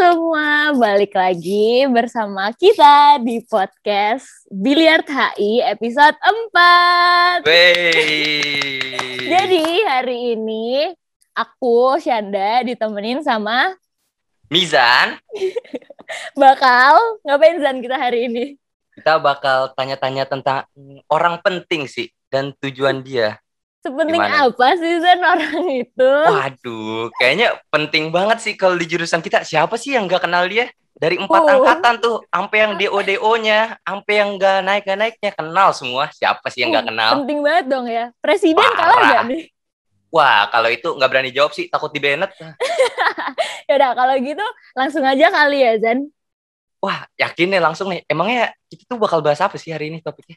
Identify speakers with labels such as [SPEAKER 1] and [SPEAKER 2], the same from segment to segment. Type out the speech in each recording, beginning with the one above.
[SPEAKER 1] semua, balik lagi bersama kita di podcast Biliar HI episode 4. Jadi hari ini aku, Syanda, ditemenin sama
[SPEAKER 2] Mizan.
[SPEAKER 1] Bakal ngapain Zan kita hari ini?
[SPEAKER 2] Kita bakal tanya-tanya tentang orang penting sih dan tujuan dia.
[SPEAKER 1] Sepenting
[SPEAKER 2] Gimana?
[SPEAKER 1] apa sih Zan orang itu?
[SPEAKER 2] Waduh, kayaknya penting banget sih kalau di jurusan kita. Siapa sih yang nggak kenal dia? Dari 4 angkatan tuh, sampai yang DO-DO-nya, sampai yang nggak naik-naiknya, kenal semua. Siapa sih yang nggak kenal?
[SPEAKER 1] Penting banget dong ya. Presiden
[SPEAKER 2] Parah.
[SPEAKER 1] kalah nggak nih?
[SPEAKER 2] Wah, kalau itu nggak berani jawab sih, takut di banned.
[SPEAKER 1] Yaudah, kalau gitu langsung aja kali ya Zan.
[SPEAKER 2] Wah, yakin nih langsung nih. Emangnya kita tuh bakal bahas apa sih hari ini topiknya?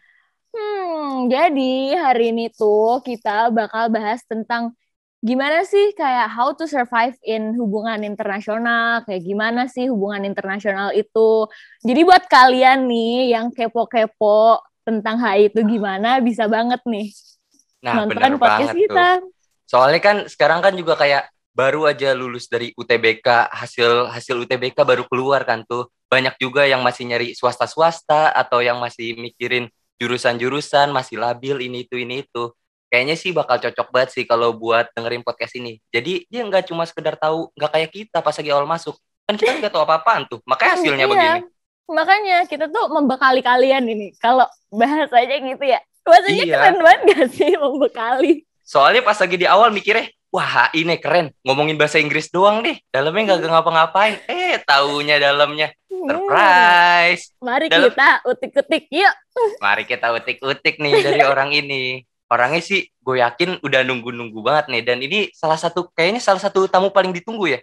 [SPEAKER 1] Jadi hari ini tuh kita bakal bahas tentang gimana sih kayak how to survive in hubungan internasional, kayak gimana sih hubungan internasional itu. Jadi buat kalian nih yang kepo-kepo tentang HI itu gimana, bisa banget nih nonton podcast kita.
[SPEAKER 2] Tuh. Soalnya kan sekarang kan juga kayak baru aja lulus dari UTBK, hasil UTBK baru keluar kan tuh. Banyak juga yang masih nyari swasta-swasta atau yang masih mikirin jurusan-jurusan, masih labil ini itu. Kayaknya sih bakal cocok banget sih kalau buat dengerin podcast ini. Jadi dia nggak cuma sekedar tahu, nggak kayak kita pas lagi awal masuk. Kan kita nggak tahu apa-apaan tuh, makanya hasilnya begini.
[SPEAKER 1] Makanya kita tuh membekali kalian ini. Kalau bahasanya gitu ya, bahasanya keren banget gak sih membekali?
[SPEAKER 2] Soalnya pas lagi di awal mikirnya, wah ini keren, ngomongin bahasa Inggris doang deh, dalamnya nggak ngapa-ngapain. Taunya dalamnya surprise.
[SPEAKER 1] Mari kita utik-utik yuk.
[SPEAKER 2] Mari kita utik-utik nih dari orang ini. Orangnya sih gue yakin udah nunggu-nunggu banget nih. Dan ini kayaknya salah satu tamu paling ditunggu ya.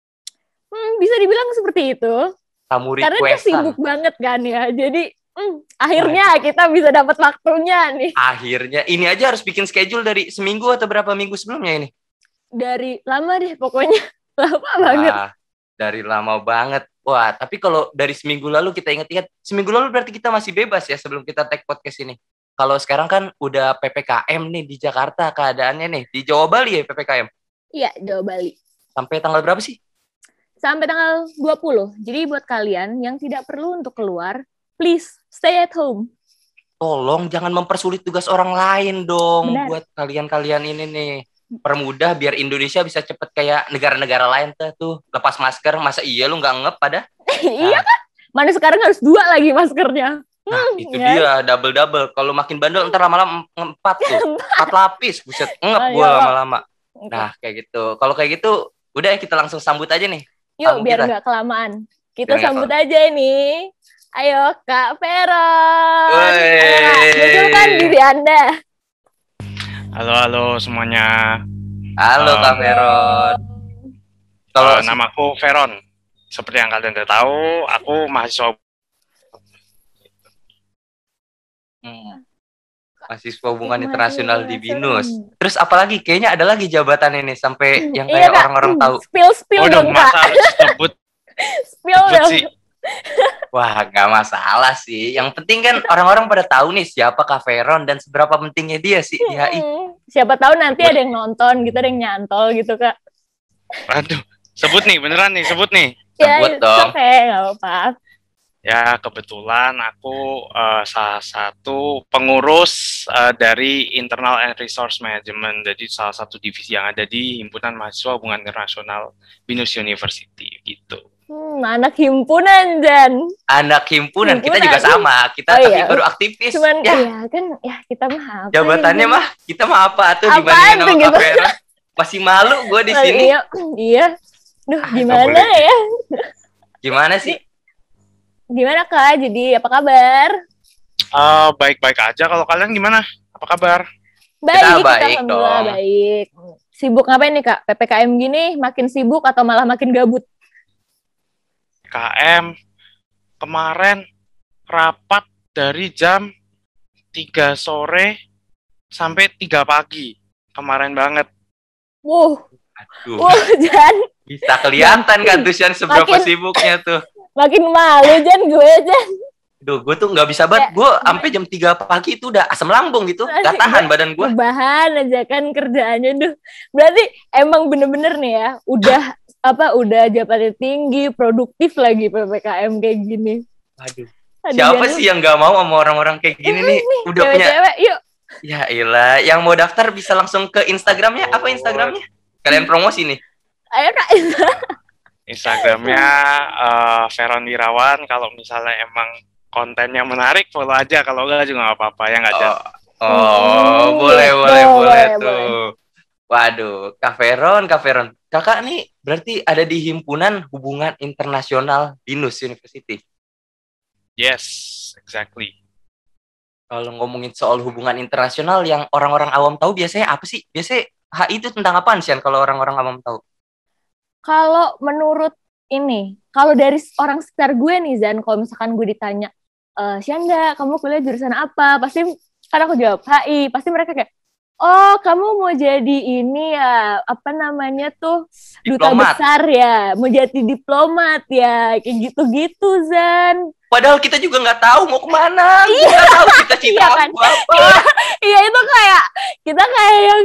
[SPEAKER 1] Bisa dibilang seperti itu.
[SPEAKER 2] Tamu requestan.
[SPEAKER 1] Karena dia sibuk banget kan ya. Jadi akhirnya kita bisa dapat waktunya nih.
[SPEAKER 2] Akhirnya. Ini aja harus bikin schedule dari seminggu atau berapa minggu sebelumnya ini?
[SPEAKER 1] Dari lama deh pokoknya. Lama banget.
[SPEAKER 2] Dari lama banget. Wah, tapi kalau dari seminggu lalu kita ingat-ingat, seminggu lalu berarti kita masih bebas ya sebelum kita take podcast ini. Kalau sekarang kan udah PPKM nih di Jakarta keadaannya nih. Di Jawa Bali ya PPKM?
[SPEAKER 1] Iya, Jawa Bali.
[SPEAKER 2] Sampai tanggal berapa sih?
[SPEAKER 1] Sampai tanggal 20. Jadi buat kalian yang tidak perlu untuk keluar, please stay at home.
[SPEAKER 2] Tolong jangan mempersulit tugas orang lain dong.
[SPEAKER 1] Benar.
[SPEAKER 2] Buat kalian-kalian ini nih. Permudah biar Indonesia bisa cepet kayak negara-negara lain tuh lepas masker. Masa iya lu nggak ngep pada?
[SPEAKER 1] Iya kan? Mana sekarang harus 2 lagi maskernya.
[SPEAKER 2] Nah itu dia double. Kalau makin bandel ntar lama-lama 4 tuh. 4 lapis, buset ngep gue lama-lama. Nah kayak gitu. Kalau kayak gitu udah ya kita langsung sambut aja nih.
[SPEAKER 1] Yuk biar nggak kelamaan. Kita sambut aja nih. Ayo Kak Veron. Tunjukkan diri Anda.
[SPEAKER 3] Halo semuanya.
[SPEAKER 2] Halo Kak Veron.
[SPEAKER 3] Kalau namaku Veron. Seperti yang kalian udah tahu, aku mahasiswa.
[SPEAKER 2] Mahasiswa hubungan internasional di BINUS. Terus apalagi? Kayaknya ada lagi jabatan ini sampai yang kayak orang-orang tahu.
[SPEAKER 1] Spill dong Kak. Spill dong.
[SPEAKER 2] Wah, nggak masalah sih. Yang penting kan orang-orang pada tahu nih siapa Kak Veron dan seberapa pentingnya dia sih di HI.
[SPEAKER 1] Siapa tahu nanti ada yang nonton gitu, ada yang nyantol gitu Kak.
[SPEAKER 3] Aduh, sebut nih, beneran nih, sebut nih.
[SPEAKER 2] Sebut dong.
[SPEAKER 1] Oke, nggak apa-apa.
[SPEAKER 3] Ya, kebetulan aku salah satu pengurus dari Internal and Resource Management. Jadi salah satu divisi yang ada di Himpunan Mahasiswa Hubungan Internasional BINUS University gitu.
[SPEAKER 1] Anak himpunan, Jan.
[SPEAKER 2] Anak himpunan. Kita juga sama. Kita tapi baru aktivis.
[SPEAKER 1] Cuman kita mah apa?
[SPEAKER 2] Jabatannya mah kita mah apa tuh dibandingin sama Kak Veron? Masih malu gue di sini.
[SPEAKER 1] Iya. Duh, gimana ya?
[SPEAKER 2] Gimana sih?
[SPEAKER 1] Gimana Kak? Jadi apa kabar?
[SPEAKER 3] Baik-baik aja. Kalau kalian gimana? Apa kabar?
[SPEAKER 1] Baik, kita dong. Baik. Sibuk ngapain nih Kak? PPKM gini makin sibuk atau malah makin gabut?
[SPEAKER 3] KM kemarin rapat dari jam 3 sore sampai 3 pagi. Kemarin banget.
[SPEAKER 2] Aduh.
[SPEAKER 1] Jan.
[SPEAKER 2] Bisa kelihatan kan tuh Jan seberapa sibuknya tuh.
[SPEAKER 1] Makin malu Jan gue, Jan.
[SPEAKER 2] Duh, gue tuh nggak bisa banget. Gue sampai jam 3 pagi itu udah asam lambung gitu. Gak tahan badan gue.
[SPEAKER 1] Bahan aja kan kerjaannya. Duh. Berarti emang bener-bener nih ya, udah udah jabatannya tinggi, produktif lagi PPKM kayak gini.
[SPEAKER 2] Aduh. Siapa sih yang nggak mau sama orang-orang kayak gini nih? Udah
[SPEAKER 1] cewek-cewek, yuk.
[SPEAKER 2] Ya ilah, yang mau daftar bisa langsung ke Instagramnya. Apa Instagramnya? Kalian promosi nih.
[SPEAKER 1] Ayo Kak.
[SPEAKER 3] Instagramnya Veron Wirawan. Kalau misalnya emang kontennya menarik, follow aja. Kalau enggak juga nggak apa-apa ya nggak ada.
[SPEAKER 2] Boleh tuh. Waduh, Kak Veron. Kakak nih berarti ada di himpunan hubungan internasional BINUS University.
[SPEAKER 3] Yes, exactly.
[SPEAKER 2] Kalau ngomongin soal hubungan internasional yang orang-orang awam tahu biasanya apa sih? Biasanya HI itu tentang apaan sih kalau orang-orang awam tahu?
[SPEAKER 1] Kalau menurut kalau dari orang sekitar gue nih Zan, kalau misalkan gue ditanya, Syanda, kamu kuliah jurusan apa? Pasti kan aku jawab HI, pasti mereka kayak, oh kamu mau jadi ini ya, apa namanya tuh, duta besar ya, mau jadi diplomat ya, kayak gitu-gitu Zan.
[SPEAKER 2] Padahal kita juga nggak tahu mau kemana, nggak tahu cita-cita
[SPEAKER 1] kan?
[SPEAKER 2] apa.
[SPEAKER 1] Iya itu kayak kita kayak yang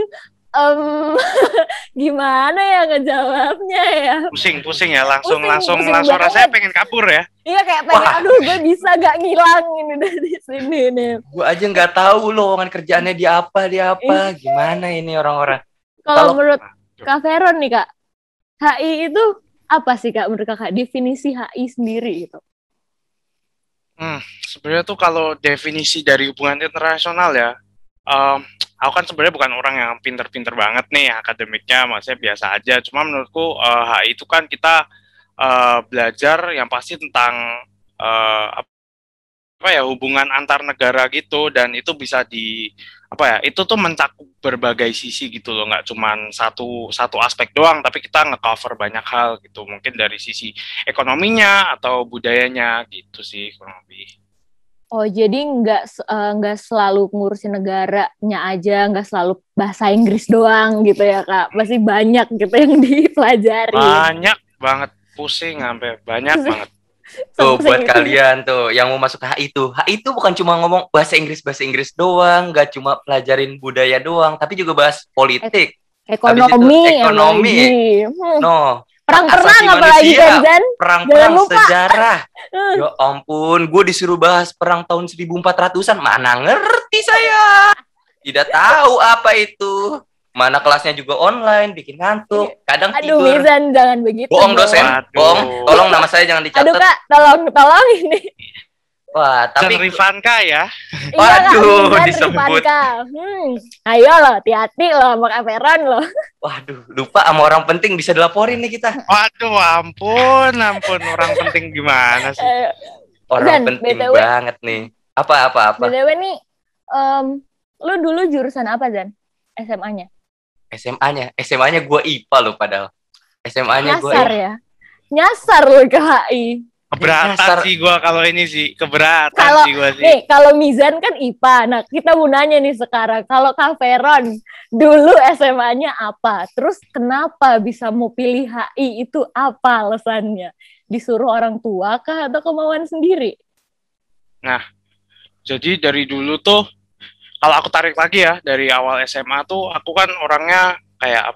[SPEAKER 1] gimana ya ngejawabnya ya?
[SPEAKER 3] Pusing ya, langsung rasanya pengen kabur ya.
[SPEAKER 1] Iya kayak pengen, aduh gue bisa gak ngilang ini dari sini nih.
[SPEAKER 2] Gue aja nggak tahu lowongan kerjaannya di apa. Gimana ini orang-orang?
[SPEAKER 1] Kalau menurut Kak Veron nih Kak, HI itu apa sih Kak menurut Kakak? Definisi HI sendiri gitu.
[SPEAKER 3] Sebenarnya tuh kalau definisi dari hubungan internasional ya, aku kan sebenarnya bukan orang yang pinter-pinter banget nih akademiknya, maksudnya biasa aja. Cuma menurutku HI itu kan kita belajar yang pasti tentang hubungan antar negara gitu, dan itu bisa itu tuh mencakup berbagai sisi gitu loh, nggak cuma satu aspek doang, tapi kita nge-cover banyak hal gitu, mungkin dari sisi ekonominya atau budayanya gitu sih kurang lebih.
[SPEAKER 1] Oh, jadi nggak selalu ngurusin negaranya aja, nggak selalu bahasa Inggris doang gitu ya Kak? Masih banyak gitu yang dipelajari.
[SPEAKER 3] Banyak banget, pusing sampai banyak banget.
[SPEAKER 2] Tuh buat kalian tuh yang mau masuk ke HI itu bukan cuma ngomong bahasa Inggris doang, nggak cuma pelajarin budaya doang, tapi juga bahas politik,
[SPEAKER 1] ekonomi. Perang apalagi kan,
[SPEAKER 2] perang sejarah. Ya ampun, gue disuruh bahas perang tahun 1400-an, mana ngerti saya. Tidak tahu apa itu. Mana kelasnya juga online, bikin ngantuk, kadang tidur.
[SPEAKER 1] Aduh, Mizan, jangan begitu.
[SPEAKER 2] Bohong dosen, bohong. Tolong nama saya jangan dicatat.
[SPEAKER 1] Aduh Kak, tolong ini.
[SPEAKER 3] Wah, tapi Rifanka ya.
[SPEAKER 2] Waduh, disebut.
[SPEAKER 1] Ayo loh, hati-hati loh sama Kak Veron loh.
[SPEAKER 2] Waduh, lupa sama orang penting bisa dilaporin nih kita.
[SPEAKER 3] Waduh, ampun, orang penting gimana sih?
[SPEAKER 2] Orang penting BTW, banget nih. Apa?
[SPEAKER 1] BTW nih, lu dulu jurusan apa Zan? SMA-nya?
[SPEAKER 2] SMA-nya gue IPA loh padahal. SMA-nya gue
[SPEAKER 1] nyasar ya? Nyasar lo ke HI.
[SPEAKER 3] Keberatan sih gue kalau ini sih, sih gue sih.
[SPEAKER 1] Nih, kalau Mizan kan IPA. Nah, kita mau nanya nih sekarang, kalau Kak Veron dulu SMA-nya apa? Terus kenapa bisa mau pilih HI, itu apa alasannya? Disuruh orang tua kah atau kemauan sendiri?
[SPEAKER 3] Nah, jadi dari dulu tuh kalau aku tarik lagi ya, dari awal SMA tuh aku kan orangnya kayak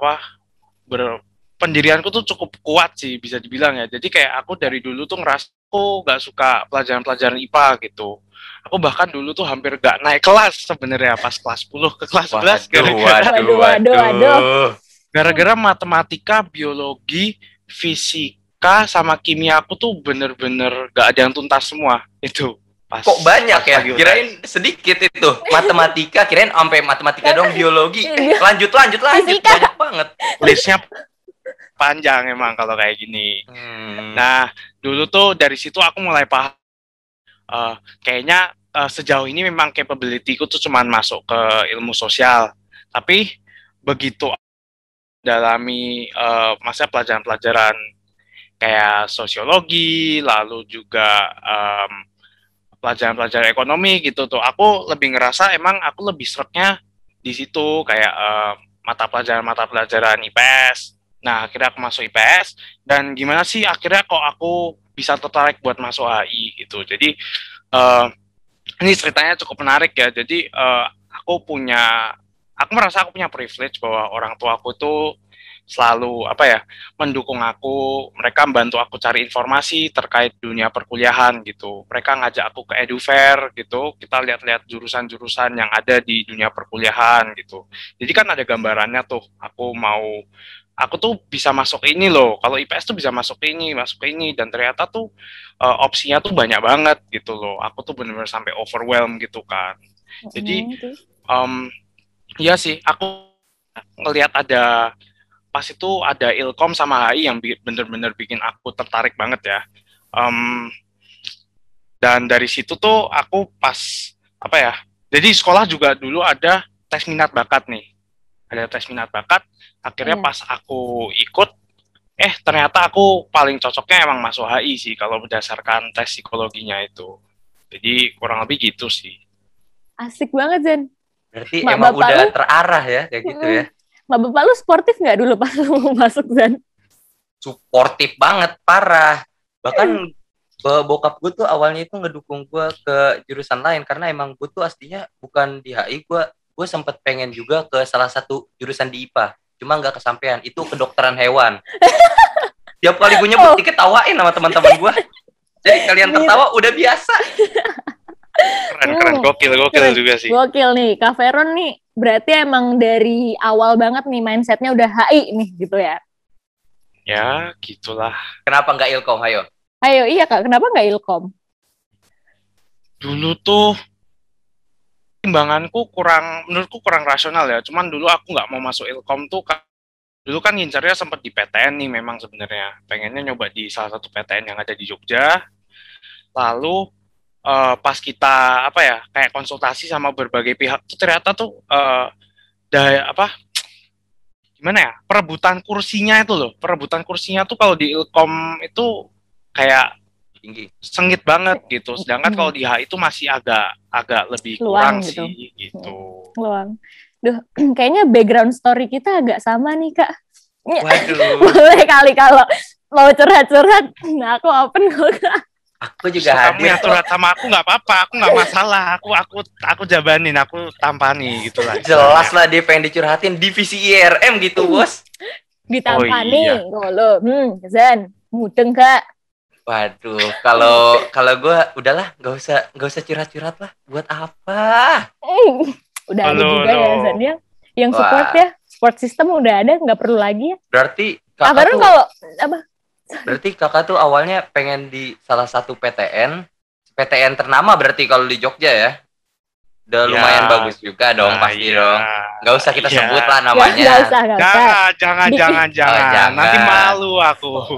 [SPEAKER 3] pendirianku tuh cukup kuat sih bisa dibilang ya. Jadi kayak aku dari dulu tuh ngerasa aku gak suka pelajaran-pelajaran IPA gitu. Aku bahkan dulu tuh hampir gak naik kelas sebenarnya pas kelas 10 ke kelas 11 gara-gara matematika, biologi, fisika sama kimia aku tuh bener-bener gak ada yang tuntas semua itu.
[SPEAKER 2] Kok banyak ya? Kirain sedikit itu. Matematika, kirain sampai matematika dong, biologi. Lanjut. Banyak banget.
[SPEAKER 3] Listnya panjang emang kalau kayak gini. Nah, dulu tuh dari situ aku mulai paham. Kayaknya sejauh ini memang capability-ku tuh cuman masuk ke ilmu sosial. Tapi begitu dalami masa pelajaran-pelajaran kayak sosiologi, lalu juga pelajaran-pelajaran ekonomi gitu tuh, aku lebih ngerasa emang aku lebih seretnya di situ kayak mata pelajaran IPS. Nah, akhirnya aku masuk IPS, dan gimana sih akhirnya kok aku bisa tertarik buat masuk HI gitu. Jadi ini ceritanya cukup menarik ya. Jadi aku merasa aku punya privilege bahwa orang tua aku tuh selalu mendukung aku. Mereka membantu aku cari informasi terkait dunia perkuliahan gitu. Mereka ngajak aku ke Edufair gitu. Kita lihat-lihat jurusan-jurusan yang ada di dunia perkuliahan gitu. Jadi kan ada gambarannya tuh. Aku tuh bisa masuk ini loh. Kalau IPS tuh bisa masuk ke ini, dan ternyata tuh opsinya tuh banyak banget gitu loh. Aku tuh benar-benar sampai overwhelmed gitu kan. Jadi iya sih, aku ngelihat pas itu ada Ilkom sama HI yang bener-bener bikin aku tertarik banget ya. Dan dari situ tuh aku pas jadi sekolah juga dulu ada tes minat bakat nih. Ada tes minat bakat, akhirnya pas aku ikut, ternyata aku paling cocoknya emang masuk HI sih kalau berdasarkan tes psikologinya itu. Jadi kurang lebih gitu sih.
[SPEAKER 1] Asik banget, Zen.
[SPEAKER 2] Berarti emang udah terarah ya kayak gitu ya.
[SPEAKER 1] Mak bapak lu sportif nggak dulu pas lu masuk, Zen?
[SPEAKER 2] Suportif banget, parah. Bahkan bokap gue tuh awalnya itu ngedukung gue ke jurusan lain karena emang gue tuh aslinya bukan di HI. Gue sempet pengen juga ke salah satu jurusan di IPA, cuma nggak kesampaian. Itu kedokteran hewan. Tiap kali gue nyebut diketawain sama teman-teman gue. Jadi kalian tertawa udah biasa.
[SPEAKER 3] Keren, gokil juga sih.
[SPEAKER 1] Gokil nih, Kak Veron nih berarti emang dari awal banget nih mindsetnya udah HI nih gitu ya?
[SPEAKER 3] Ya, gitulah.
[SPEAKER 2] Kenapa nggak Ilkom, ayo?
[SPEAKER 1] Ayo, iya Kak, kenapa nggak Ilkom?
[SPEAKER 3] Dulu tuh timbanganku menurutku kurang rasional ya. Cuman dulu aku nggak mau masuk Ilkom tuh, dulu kan ngincarnya sempat di PTN nih memang sebenarnya. Pengennya nyoba di salah satu PTN yang ada di Jogja. Lalu pas kita kayak konsultasi sama berbagai pihak tuh ternyata tuh gimana ya, perebutan kursinya tuh kalau di Ilkom itu kayak
[SPEAKER 2] tinggi,
[SPEAKER 3] sengit banget gitu, sedangkan kalau di HI itu masih agak lebih kurang gitu. Sih gitu.
[SPEAKER 1] Luang. Duh, kayaknya background story kita agak sama nih Kak.
[SPEAKER 2] Waduh.
[SPEAKER 1] Boleh kali kalau mau curhat-curhat, nah aku open kok Kak.
[SPEAKER 2] Aku juga hadir.
[SPEAKER 3] Kamu yang curhat sama aku nggak apa-apa, aku nggak masalah. Aku jabanin, aku tampani gitu lah.
[SPEAKER 2] Jelas lah dia pengen dicurhatin divisi IRM gitu bos.
[SPEAKER 1] Ditampani, lo, Zen, mudeng Kak.
[SPEAKER 2] Waduh, kalau gue udahlah, nggak usah curhat-curhat lah. Buat apa?
[SPEAKER 1] Udah ada juga ya Zen yang support ya, support system udah ada, nggak perlu lagi ya.
[SPEAKER 2] Berarti
[SPEAKER 1] kakak tuh kalau apa?
[SPEAKER 2] Berarti kakak tuh awalnya pengen di salah satu PTN ternama berarti kalau di Jogja ya. Udah lumayan bagus juga dong, pasti dong. Nggak usah kita sebut lah namanya.
[SPEAKER 1] Nggak usah.
[SPEAKER 3] Jangan. Nanti malu aku.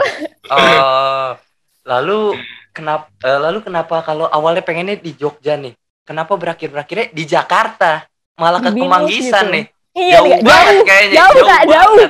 [SPEAKER 2] Lalu kenapa kalau awalnya pengennya di Jogja nih? Kenapa berakhirnya di Jakarta? Malah ke Kemanggisan gitu nih.
[SPEAKER 1] Iya, jauh banget kayaknya. Jauh.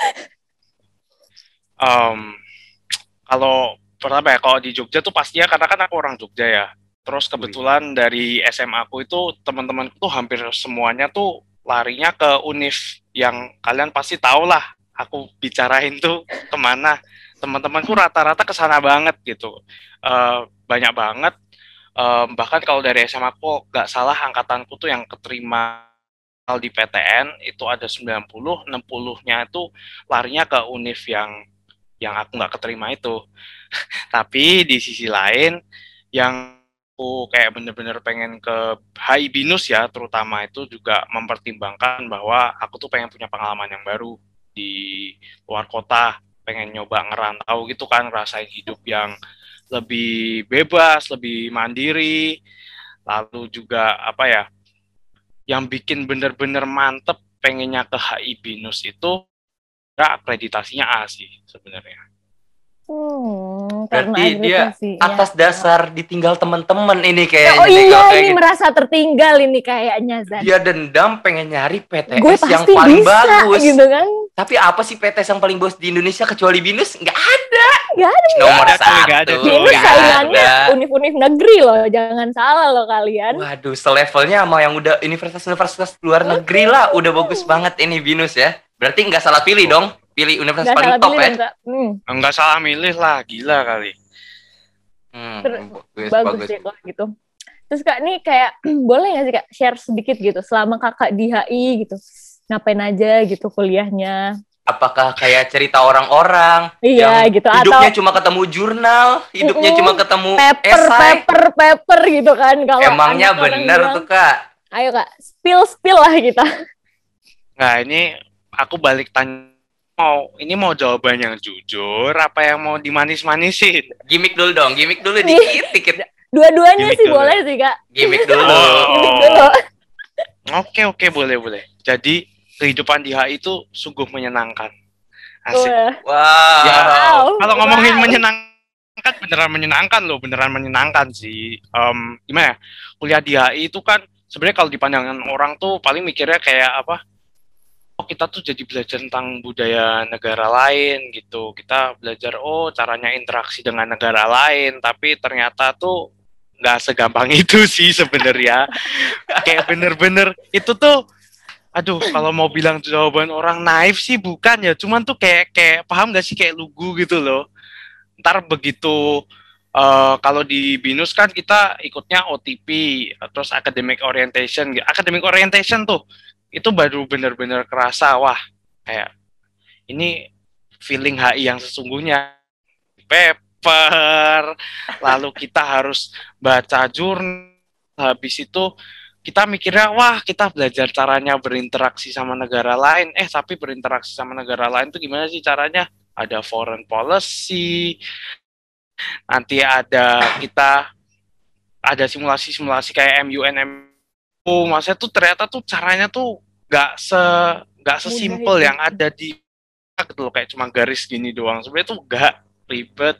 [SPEAKER 3] Kalau pertama ya, kalau di Jogja tuh pastinya karena kan aku orang Jogja ya. Terus kebetulan dari SMA aku itu teman-temanku tuh hampir semuanya tuh larinya ke univ yang kalian pasti tahu lah. Aku bicarain tuh kemana. Teman-temanku rata-rata kesana banget gitu. Banyak banget. Bahkan kalau dari SMA aku nggak salah angkatanku tuh yang keterima di PTN itu ada 90, 60-nya itu larinya ke univ yang aku nggak keterima itu. Tapi di sisi lain yang aku kayak bener-bener pengen ke HI BINUS ya, terutama itu juga mempertimbangkan bahwa aku tuh pengen punya pengalaman yang baru di luar kota, pengen nyoba ngerantau gitu kan, rasain hidup yang lebih bebas, lebih mandiri, lalu juga yang bikin bener-bener mantep pengennya ke HI BINUS itu akreditasinya A sih sebenarnya.
[SPEAKER 2] Berarti dia atas dasar ditinggal teman-teman ini kayaknya.
[SPEAKER 1] Oh iya, ini merasa tertinggal ini kayaknya Zan.
[SPEAKER 2] Dia dendam pengen nyari PTS yang paling bagus gitu kan. Tapi apa sih PTS yang paling bagus di Indonesia kecuali BINUS? Nggak ada. Nomor 1.
[SPEAKER 1] BINUS saingannya univ-univ negeri loh, jangan salah loh kalian.
[SPEAKER 2] Waduh, selevelnya sama yang udah universitas luar negeri lah, udah bagus banget ini BINUS ya. Berarti nggak salah pilih dong. Pilih universitas paling top ya?
[SPEAKER 3] Enggak salah milih lah, gila kali.
[SPEAKER 1] Bagus deh kalau gitu. Terus Kak, nih kayak boleh nggak sih Kak share sedikit gitu selama Kakak di HI gitu, ngapain aja gitu kuliahnya?
[SPEAKER 2] apakah kayak cerita orang-orang
[SPEAKER 1] Iya
[SPEAKER 2] yang
[SPEAKER 1] gitu,
[SPEAKER 2] hidupnya
[SPEAKER 1] atau
[SPEAKER 2] cuma ketemu jurnal, hidupnya cuma ketemu
[SPEAKER 1] paper
[SPEAKER 2] esai.
[SPEAKER 1] paper gitu kan, kalau
[SPEAKER 2] Emangnya
[SPEAKER 1] anak orang
[SPEAKER 2] bener
[SPEAKER 1] bilang.
[SPEAKER 2] tuh Kak?
[SPEAKER 1] Ayo Kak, spill lah kita.
[SPEAKER 3] Nah, ini aku balik tanya, mau jawaban yang jujur apa yang mau dimanis-manisin?
[SPEAKER 2] Gimik dulu dong, gimik dulu
[SPEAKER 1] Nih.
[SPEAKER 2] dikit.
[SPEAKER 1] Dua-duanya
[SPEAKER 3] Gimik
[SPEAKER 1] sih
[SPEAKER 3] dulu.
[SPEAKER 1] boleh sih Kak.
[SPEAKER 2] Gimik dulu.
[SPEAKER 1] Gimik dulu.
[SPEAKER 3] Oke, boleh. Jadi, kehidupan di HI itu sungguh menyenangkan. Asik.
[SPEAKER 2] Wow.
[SPEAKER 3] Ya, kalau ngomongin
[SPEAKER 1] Wow.
[SPEAKER 3] menyenangkan, beneran menyenangkan sih. Gimana ya? Kuliah di HI itu kan sebenarnya kalau di pandangan orang tuh paling mikirnya kayak apa? Oh, kita tuh jadi belajar tentang budaya negara lain gitu. Kita belajar caranya interaksi dengan negara lain, tapi ternyata tuh nggak segampang itu sih sebenarnya. Kayak bener-bener itu tuh, aduh, kalau mau bilang jawaban orang naif sih bukan ya, cuman tuh kayak paham gak sih, kayak lugu gitu loh. Ntar begitu kalau di BINUS kan kita ikutnya OTP, terus academic orientation. Academic orientation tuh itu baru bener-bener kerasa, wah, kayak ini feeling HI yang sesungguhnya. Paper, lalu kita harus baca jurnal, habis itu kita mikirnya, wah, kita belajar caranya berinteraksi sama negara lain. Tapi berinteraksi sama negara lain tuh gimana sih caranya? Ada foreign policy, nanti ada simulasi-simulasi kayak MUN. Maksudnya tuh ternyata tuh caranya tuh nggak sesimpel yang ada di gitu loh, kayak cuma garis gini doang. Sebenarnya tuh nggak ribet,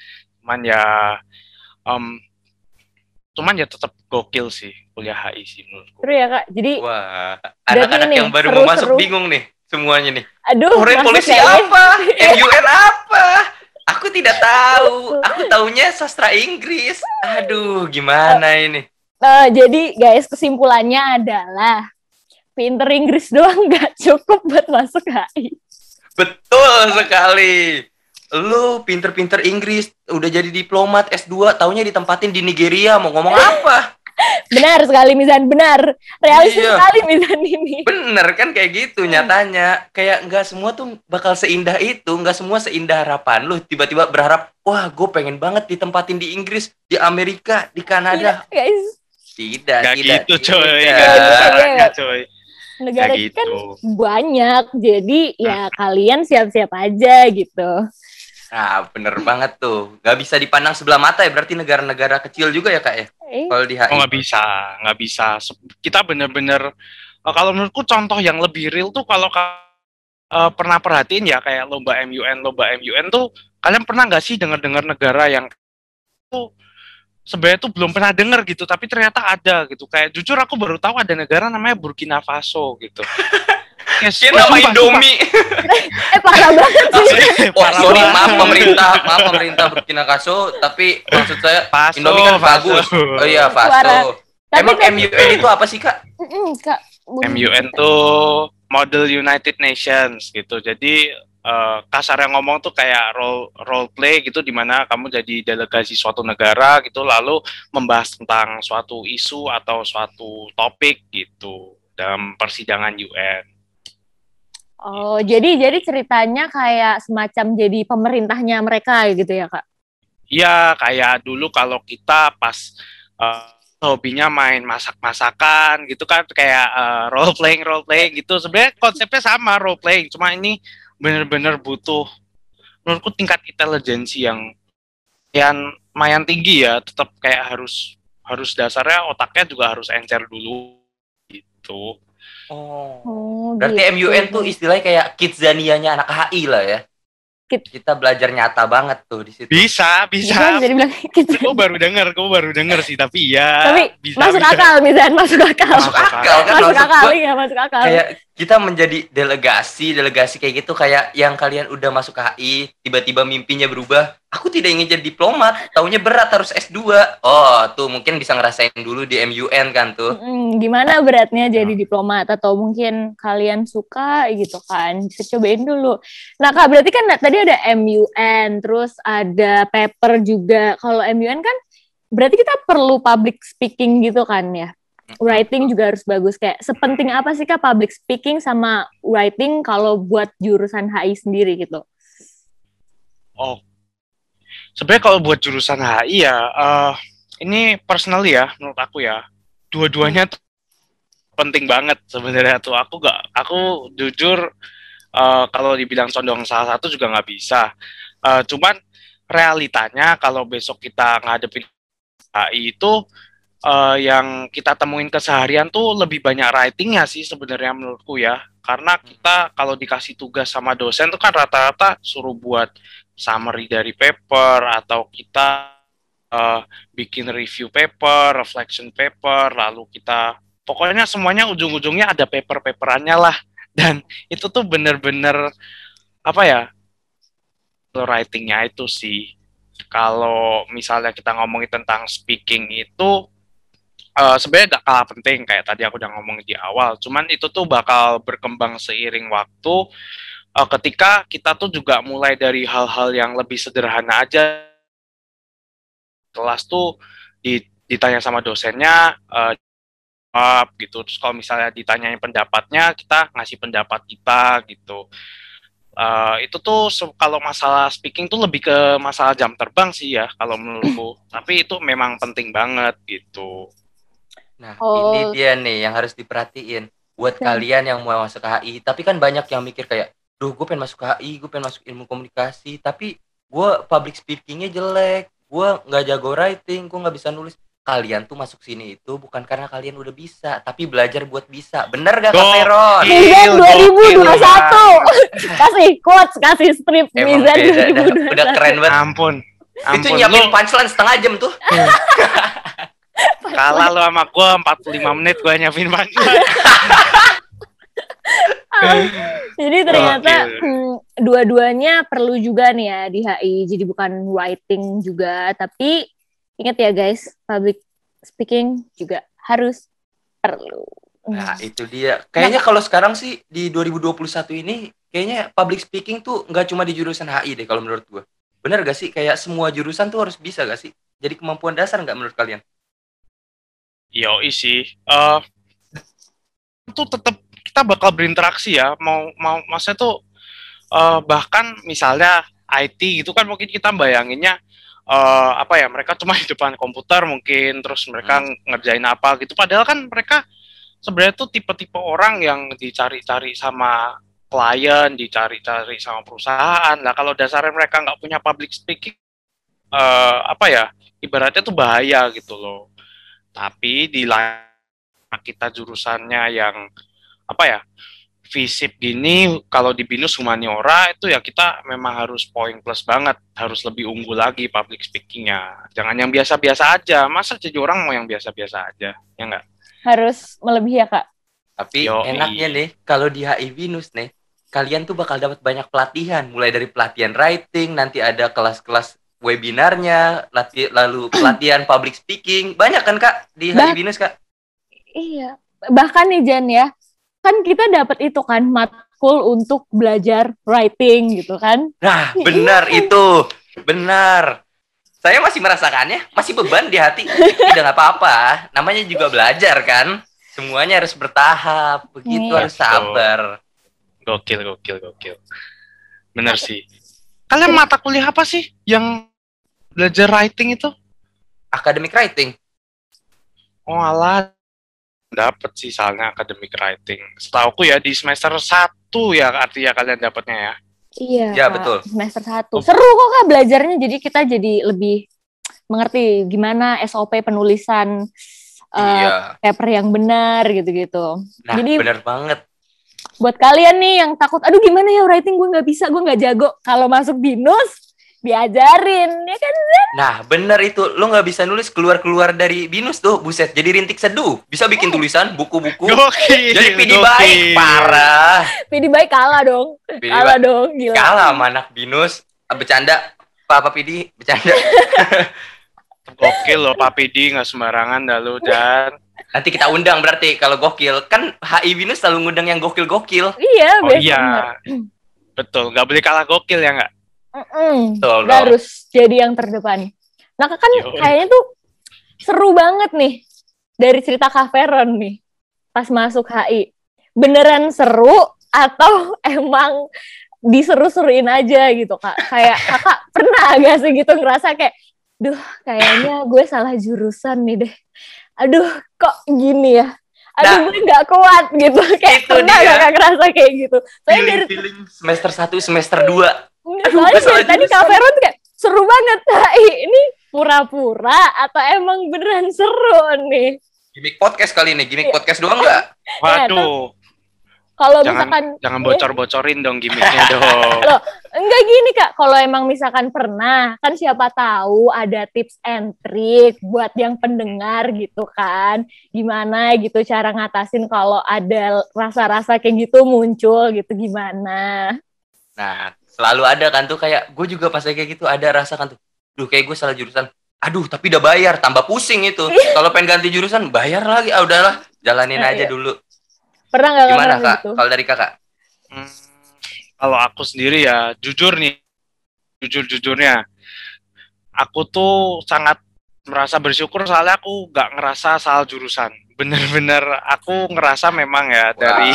[SPEAKER 3] cuman ya tetap gokil sih kuliah HI sih menurutku.
[SPEAKER 1] Seru ya Kak. Jadi
[SPEAKER 2] wah, anak-anak yang baru mau masuk bingung nih semuanya nih.
[SPEAKER 1] Aduh,
[SPEAKER 2] foreign policy apa? MUN apa? Aku tidak tahu. Aku taunya sastra Inggris. Aduh, gimana ini?
[SPEAKER 1] Jadi guys, kesimpulannya adalah pinter Inggris doang nggak cukup buat masuk HI.
[SPEAKER 2] Betul sekali. Lu pinter-pinter Inggris, udah jadi diplomat S2, taunya ditempatin di Nigeria, mau ngomong apa?
[SPEAKER 1] Benar sekali Mizan, benar. Realistis sekali Mizan ini.
[SPEAKER 2] Bener kan kayak gitu nyatanya. Kayak nggak semua tuh bakal seindah itu, nggak semua seindah harapan. Lu tiba-tiba berharap, wah gue pengen banget ditempatin di Inggris, di Amerika, di Kanada.
[SPEAKER 1] Tidak, guys.
[SPEAKER 2] Tidak.
[SPEAKER 3] Gitu coy, coy.
[SPEAKER 1] Negara kan banyak, jadi ya kalian siap-siap aja gitu.
[SPEAKER 2] Nah, bener banget tuh. Gak bisa dipandang sebelah mata ya, berarti negara-negara kecil juga ya Kak ya? Kalau di HI.
[SPEAKER 3] Nggak bisa. Kita bener-bener, kalau menurutku contoh yang lebih real tuh kalau pernah perhatiin ya, kayak lomba MUN tuh, kalian pernah nggak sih dengar negara yang tuh sebenarnya tuh belum pernah dengar gitu, tapi ternyata ada gitu. Kayak jujur aku baru tahu ada negara namanya Burkina Faso gitu.
[SPEAKER 2] Nama Indomie.
[SPEAKER 1] Parah banget sih.
[SPEAKER 2] Sorry, maaf pemerintah Burkina Faso, tapi maksud saya
[SPEAKER 3] Faso,
[SPEAKER 2] Indomie kan bagus. Oh iya, Faso. Emang MUN itu apa sih Kak?
[SPEAKER 1] Kak,
[SPEAKER 3] MUN tuh Model United Nations gitu. Jadi kasarnya ngomong tuh kayak role play gitu, dimana kamu jadi delegasi suatu negara gitu, lalu membahas tentang suatu isu atau suatu topik gitu dalam persidangan UN.
[SPEAKER 1] Oh, jadi ceritanya kayak semacam jadi pemerintahnya mereka gitu ya Kak?
[SPEAKER 3] Iya, kayak dulu kalau kita pas hobinya main masak-masakan gitu kan, kayak role playing gitu. Sebenarnya konsepnya sama, role playing, cuma ini bener-bener butuh, menurutku, tingkat intelijensi yang lumayan tinggi ya. Tetap kayak harus dasarnya otaknya juga harus encer dulu gitu.
[SPEAKER 2] Berarti gitu. MUN tuh istilahnya kayak Kidzania-nya anak HI lah ya. Kita belajar nyata banget tuh di situ.
[SPEAKER 3] Bisa.
[SPEAKER 1] Jadi bilang
[SPEAKER 3] Kamu baru denger sih, tapi ya.
[SPEAKER 1] Tapi bisa, masuk akal, Mizan, masuk akal.
[SPEAKER 2] Masuk akal kan?
[SPEAKER 1] Masuk akal.
[SPEAKER 2] Kayak kita menjadi delegasi kayak gitu, kayak yang kalian udah masuk ke HI, tiba-tiba mimpinya berubah. Aku tidak ingin jadi diplomat, taunya berat harus S2. Oh, tuh mungkin bisa ngerasain dulu di MUN kan tuh.
[SPEAKER 1] Gimana beratnya jadi diplomat, atau mungkin kalian suka gitu kan, bisa cobain dulu. Nah Kak, berarti kan tadi ada MUN, terus ada paper juga. Kalau MUN kan berarti kita perlu public speaking gitu kan ya? writing juga harus bagus. Kayak sepenting apa sih Kak public speaking sama writing kalau buat jurusan HI sendiri gitu?
[SPEAKER 3] Oh, sebenarnya kalau buat jurusan HI ya, ini personally ya, menurut aku ya, dua-duanya tuh penting banget sebenarnya tuh. Aku jujur kalau dibilang condong salah satu juga nggak bisa. Cuman realitanya kalau besok kita ngadepin HI itu yang kita temuin keseharian tuh lebih banyak writingnya sih sebenarnya menurutku ya. Karena kita kalau dikasih tugas sama dosen tuh kan rata-rata suruh buat summary dari paper atau kita bikin review paper, reflection paper, lalu kita pokoknya semuanya ujung-ujungnya ada paper-paperannya lah. Dan itu tuh bener-bener apa ya, writingnya itu sih. Kalau misalnya kita ngomongin tentang speaking itu sebenarnya gak kalah penting kayak tadi aku udah ngomongin di awal. Cuman itu tuh bakal berkembang seiring waktu ketika kita tuh juga mulai dari hal-hal yang lebih sederhana aja. Kelas tuh ditanya sama dosennya gitu. Terus kalau misalnya ditanyain pendapatnya, kita ngasih pendapat kita gitu. Itu tuh kalau masalah speaking tuh lebih ke masalah jam terbang sih ya kalau menurutku. Tapi itu memang penting banget gitu.
[SPEAKER 2] Nah, ini dia nih yang harus diperhatiin buat kalian yang mau masuk ke HI. Tapi kan banyak yang mikir kayak, duh gue pengen masuk ke HI, gue pengen masuk ilmu komunikasi, tapi gue public speakingnya jelek, gue nggak jago writing, gue nggak bisa nulis. Kalian tuh masuk sini itu bukan karena kalian udah bisa, tapi belajar buat bisa. Bener gak Kak Veron?
[SPEAKER 1] Mizan 2021. Kasih quotes, kasih strip Mizan 2021.
[SPEAKER 2] Udah keren banget.
[SPEAKER 3] Ampun.
[SPEAKER 2] Itu nyiapin punchline setengah jam tuh.
[SPEAKER 3] Kalah lo sama gue 45 menit gue nyiapin punchline.
[SPEAKER 1] Jadi ternyata dua-duanya perlu juga nih ya di HI. Jadi bukan writing juga, tapi ingat ya guys, public speaking juga harus perlu.
[SPEAKER 2] Nah itu dia. Kayaknya kalau sekarang sih di 2021 ini, kayaknya public speaking tuh nggak cuma di jurusan HI deh kalau menurut gue. Bener gak sih? Kayak semua jurusan tuh harus bisa gak sih? Jadi kemampuan dasar nggak menurut kalian?
[SPEAKER 3] Yo isi. Itu tetap kita bakal berinteraksi ya. Maksudnya tuh bahkan misalnya IT gitu kan mungkin kita bayanginnya apa ya, mereka cuma di depan komputer mungkin terus mereka ngerjain apa gitu, padahal kan mereka sebenarnya tuh tipe-tipe orang yang dicari-cari sama klien, dicari-cari sama perusahaan. Nah kalau dasarnya mereka nggak punya public speaking, apa ya, ibaratnya tuh bahaya gitu loh. Tapi di lain kita jurusannya yang apa ya, FISIP gini, kalau di BINUS humaniora itu ya kita memang harus poin plus banget, harus lebih unggul lagi public speakingnya. Jangan yang biasa-biasa aja, masa jadi orang mau yang biasa-biasa aja, ya nggak?
[SPEAKER 1] Harus melebihi ya Kak.
[SPEAKER 2] Tapi enaknya nih, kalau di HI BINUS nih, kalian tuh bakal dapat banyak pelatihan, mulai dari pelatihan writing, nanti ada kelas-kelas webinarnya, lalu pelatihan public speaking, banyak kan Kak di HI BINUS Kak?
[SPEAKER 1] Iya, bahkan nih Jan ya, kan kita dapat itu kan matkul untuk belajar writing gitu kan.
[SPEAKER 2] Nah benar itu, benar. Saya masih merasakannya, masih beban di hati. Tidak apa-apa, namanya juga belajar kan. Semuanya harus bertahap, begitu harus sabar.
[SPEAKER 3] Gokil. Benar sih. Kalian mata kuliah apa sih yang belajar writing itu?
[SPEAKER 2] Academic writing.
[SPEAKER 3] Oh alah, dapat sih soalnya academic writing. Setauku ya di semester 1 ya artinya kalian dapatnya ya.
[SPEAKER 1] Iya,
[SPEAKER 2] ya, betul.
[SPEAKER 1] Semester 1. Seru kok Kak belajarnya, jadi kita jadi lebih mengerti gimana SOP penulisan paper yang benar gitu-gitu.
[SPEAKER 2] Nah,
[SPEAKER 1] jadi
[SPEAKER 2] benar banget.
[SPEAKER 1] Buat kalian nih yang takut, aduh gimana ya writing gue nggak bisa, gue nggak jago. Kalau masuk BINUS, diajarin, ya kan?
[SPEAKER 2] Nah, bener itu. Lo nggak bisa nulis keluar-keluar dari BINUS tuh, buset. Jadi rintik seduh. Bisa bikin tulisan, buku-buku. Jadi PD baik, parah.
[SPEAKER 1] PD baik kalah dong. Kalah dong, gila.
[SPEAKER 2] Kalah sama anak BINUS. Bercanda, Pak PD, bercanda.
[SPEAKER 3] Gokil loh Pak PD, nggak sembarangan dah lo, Dan.
[SPEAKER 2] Nanti kita undang berarti kalau gokil. Kan HI BINUS selalu ngundang yang gokil-gokil.
[SPEAKER 1] Iya,
[SPEAKER 3] iya. Betul, nggak boleh kalah gokil ya nggak?
[SPEAKER 1] Harus jadi yang terdepan. Nah kan kayaknya tuh seru banget nih dari cerita Kak Veron nih, pas masuk HI, beneran seru atau emang diseru-seruin aja gitu Kak? Kayak Kakak pernah gak sih gitu ngerasa kayak, duh kayaknya gue salah jurusan nih deh. Aduh kok gini ya? Aduh gue gak kuat gitu. Kayak pernah gak ngerasa kayak gitu?
[SPEAKER 2] Feeling semester 1, semester 2.
[SPEAKER 1] Aduh, soalnya dari tadi Kak Veron kayak seru banget. Ini pura-pura atau emang beneran seru nih?
[SPEAKER 2] Gimik podcast kali ini, gimik podcast doang nggak?
[SPEAKER 3] Waduh.
[SPEAKER 1] Kalau misalkan
[SPEAKER 3] jangan bocor-bocorin dong gimiknya dong.
[SPEAKER 1] Loh, enggak gini Kak, kalau emang misalkan pernah, kan siapa tahu ada tips and trick buat yang pendengar gitu kan. Gimana gitu cara ngatasin kalau ada rasa-rasa kayak gitu muncul gitu gimana.
[SPEAKER 2] Nah, selalu ada kan tuh kayak gue juga pas kayak gitu ada rasa kan tuh. Duh kayak gue salah jurusan. Aduh, tapi udah bayar, tambah pusing itu. Kalau pengen ganti jurusan bayar lagi. Ah udahlah, jalanin aja dulu.
[SPEAKER 1] Pernah nggak
[SPEAKER 2] gimana Kak?
[SPEAKER 1] Gitu?
[SPEAKER 2] Kalau dari Kakak?
[SPEAKER 3] Kalau aku sendiri ya, jujurnya, aku tuh sangat merasa bersyukur soalnya aku nggak ngerasa salah jurusan. Bener-bener aku ngerasa memang ya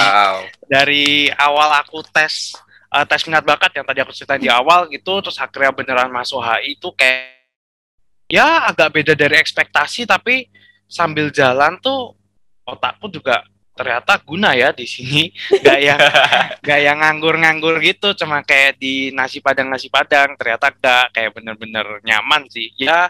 [SPEAKER 3] dari awal aku tes minat bakat yang tadi aku ceritain di awal gitu, terus akhirnya beneran masuk HI itu kayak ya agak beda dari ekspektasi, tapi sambil jalan tuh otakku juga ternyata guna ya di sini, nggak yang nganggur gitu, cuma kayak di nasi padang ternyata nggak, kayak bener-bener nyaman sih ya.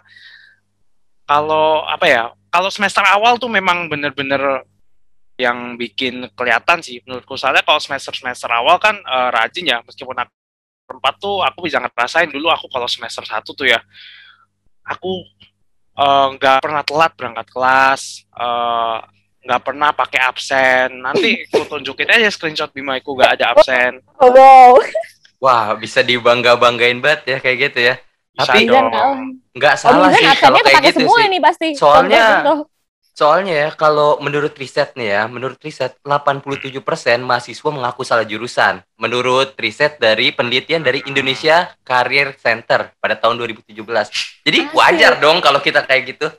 [SPEAKER 3] Kalau kalau semester awal tuh memang bener-bener yang bikin kelihatan sih menurutku, soalnya kalau semester awal kan rajin ya, meskipun aku tempat tuh aku bisa ngerasain dulu aku kalau semester 1 tuh ya aku nggak pernah telat berangkat kelas, nggak pernah pakai absen. Nanti aku tunjukin aja screenshot Bimaiku nggak ada absen.
[SPEAKER 1] Oh, wow.
[SPEAKER 2] Wah, bisa dibangga-banggain banget ya kayak gitu ya.
[SPEAKER 3] Bisa
[SPEAKER 2] tapi nggak salah sih kalau kayak gitu sih.
[SPEAKER 1] Ini pasti.
[SPEAKER 2] Soalnya ya kalau menurut riset nih ya, menurut riset 87% mahasiswa mengaku salah jurusan. Menurut riset dari penelitian dari Indonesia Career Center pada tahun 2017. Jadi wajar dong kalau kita kayak gitu.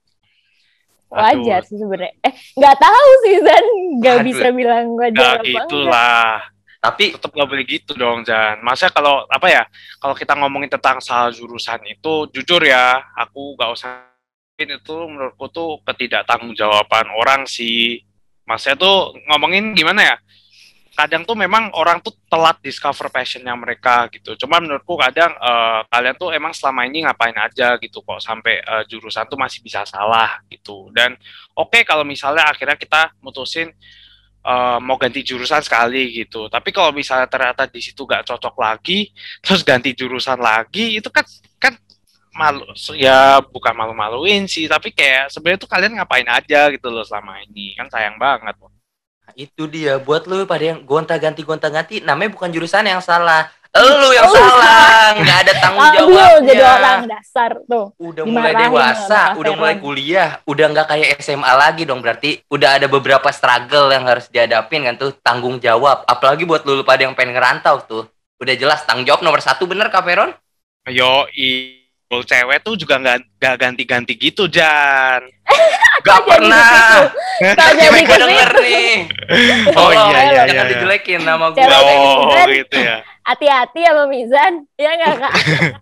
[SPEAKER 1] Wajar sih sebenarnya. Nggak tahu sih Zan, nggak bisa bilang wajar apa
[SPEAKER 3] gitulah. Tapi tetap nggak boleh gitu dong, Jan. Masa kalau kalau kita ngomongin tentang salah jurusan itu, jujur ya, aku nggak usah. Itu menurutku tuh ketidaktanggungjawaban orang sih. Maksudnya tuh ngomongin gimana ya? Kadang tuh memang orang tuh telat discover passionnya mereka gitu. Cuma menurutku kadang kalian tuh emang selama ini ngapain aja gitu kok sampai jurusan tuh masih bisa salah gitu. Dan oke, kalau misalnya akhirnya kita mutusin mau ganti jurusan sekali gitu. Tapi kalau misalnya ternyata di situ gak cocok lagi, terus ganti jurusan lagi, itu kan malu ya, bukan malu-maluin sih, tapi kayak sebenarnya tuh kalian ngapain aja gitu loh selama ini, kan sayang banget.
[SPEAKER 2] Nah, itu dia buat lu pada yang gonta-ganti namanya bukan jurusan yang salah, lu yang salah, nggak ada tanggung jawabnya.
[SPEAKER 1] Jadi orang dasar tuh
[SPEAKER 2] udah mulai dewasa, udah mulai kuliah, udah nggak kayak SMA lagi dong, berarti udah ada beberapa struggle yang harus dihadapin kan tuh, tanggung jawab. Apalagi buat lu pada yang pengen ngerantau tuh, udah jelas tanggung jawab nomor 1, bener Kak Veron?
[SPEAKER 3] Cewek tuh juga nggak ganti-ganti gitu, Jan.
[SPEAKER 2] Gak pernah. Cewek gue denger nih.
[SPEAKER 3] Oh iya.
[SPEAKER 2] Jangan dijelekin nama gue.
[SPEAKER 3] Oh gitu ya.
[SPEAKER 1] Hati-hati ya Mbak Mizan. Ya nggak Kak?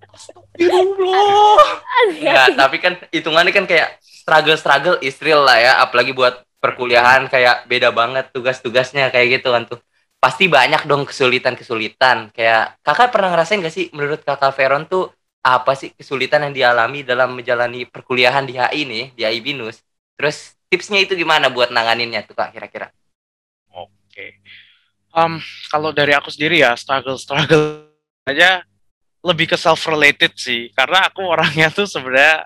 [SPEAKER 2] Nggak, tapi kan hitungannya kan kayak struggle is real lah ya. Apalagi buat perkuliahan kayak beda banget tugas-tugasnya kayak gitu kan tuh. Pasti banyak dong kesulitan-kesulitan. Kayak kakak pernah ngerasain gak sih menurut kakak Veron tuh apa sih kesulitan yang dialami dalam menjalani perkuliahan di HI nih, di HI Binus? Terus tipsnya itu gimana buat nanganinnya tuh Kak kira-kira?
[SPEAKER 3] Oke. Kalau dari aku sendiri ya, struggle aja lebih ke self-related sih. Karena aku orangnya tuh sebenarnya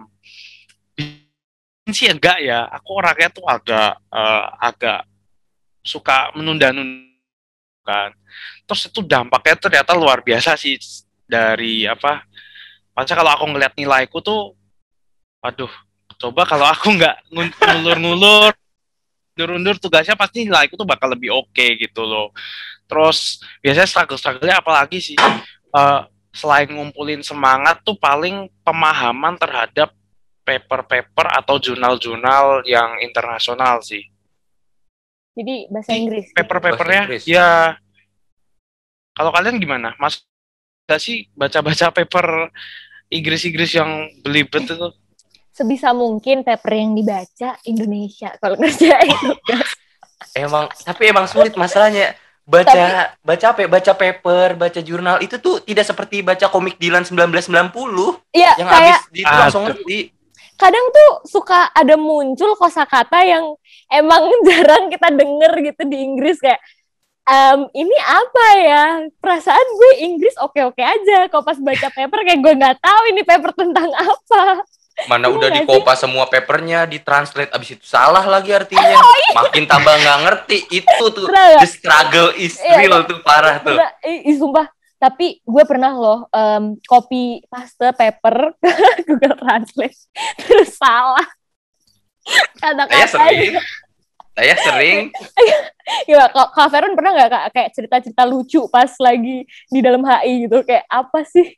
[SPEAKER 3] sih enggak ya. Aku orangnya tuh agak suka menunda-nunda kan. Terus itu dampaknya ternyata luar biasa sih dari Panca kalau aku ngeliat nilaiku tuh, aduh, coba kalau aku nggak ngulur-ngulur, undur tugasnya pasti nilaiku tuh bakal lebih oke gitu loh. Terus biasanya struggle-nya apalagi sih, selain ngumpulin semangat tuh paling pemahaman terhadap paper-paper atau jurnal-jurnal yang internasional sih.
[SPEAKER 1] Jadi bahasa Inggris.
[SPEAKER 3] Paper-papernya,
[SPEAKER 2] Bahasa Inggris.
[SPEAKER 3] ya. Kalau kalian gimana? Mas, gak sih baca-baca paper Inggris-Inggris yang belibet itu?
[SPEAKER 1] Sebisa mungkin paper yang dibaca Indonesia kalau ngerjain tugas.
[SPEAKER 2] Tapi emang sulit masalahnya. Baca apa ya? Baca paper, baca jurnal itu tuh tidak seperti baca komik Dylan 1990
[SPEAKER 1] Iya,
[SPEAKER 2] yang
[SPEAKER 1] kayak
[SPEAKER 2] habis itu langsung ngerti.
[SPEAKER 1] kadang tuh suka ada muncul kosakata yang emang jarang kita denger gitu di Inggris kayak ini apa ya? Perasaan gue Inggris oke-oke aja. Kalau pas baca paper kayak gue nggak tahu ini paper tentang apa.
[SPEAKER 2] Mana
[SPEAKER 1] Iya
[SPEAKER 2] udah
[SPEAKER 1] nggak
[SPEAKER 2] dikopas semua papernya, ditranslate, abis itu salah lagi artinya. Makin tambah nggak ngerti. Itu tuh,
[SPEAKER 1] Bener nggak?
[SPEAKER 2] the struggle is
[SPEAKER 1] Iya,
[SPEAKER 2] real tuh, parah tuh.
[SPEAKER 1] Bener, sumpah. Tapi gue pernah loh copy paste paper Google Translate terus salah kata-katanya.
[SPEAKER 2] Saya sering.
[SPEAKER 1] Ya, Kak Veron pernah nggak Kak kayak cerita-cerita lucu pas lagi di dalam HI gitu kayak apa sih?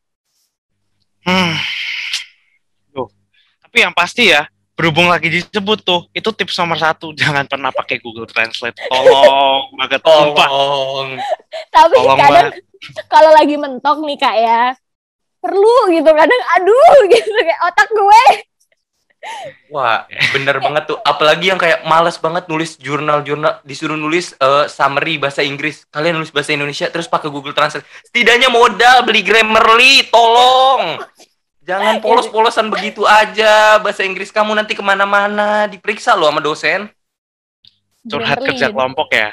[SPEAKER 3] Tapi yang pasti ya, berhubung lagi disebut tuh, itu tips nomor 1, jangan pernah pakai Google Translate. Tolong banget, sumpah.
[SPEAKER 1] Tapi
[SPEAKER 3] Tolong
[SPEAKER 1] kadang kalau lagi mentok nih Kak ya, perlu gitu kadang aduh gitu kayak otak gue.
[SPEAKER 2] Wah, bener banget tuh. Apalagi yang kayak malas banget nulis jurnal-jurnal, disuruh nulis summary bahasa Inggris. Kalian nulis bahasa Indonesia terus pakai Google Translate. Setidaknya modal beli Grammarly, tolong. Jangan polos-polosan begitu aja. Bahasa Inggris kamu nanti kemana-mana. Diperiksa loh sama dosen.
[SPEAKER 3] Curhat kerja kelompok ya.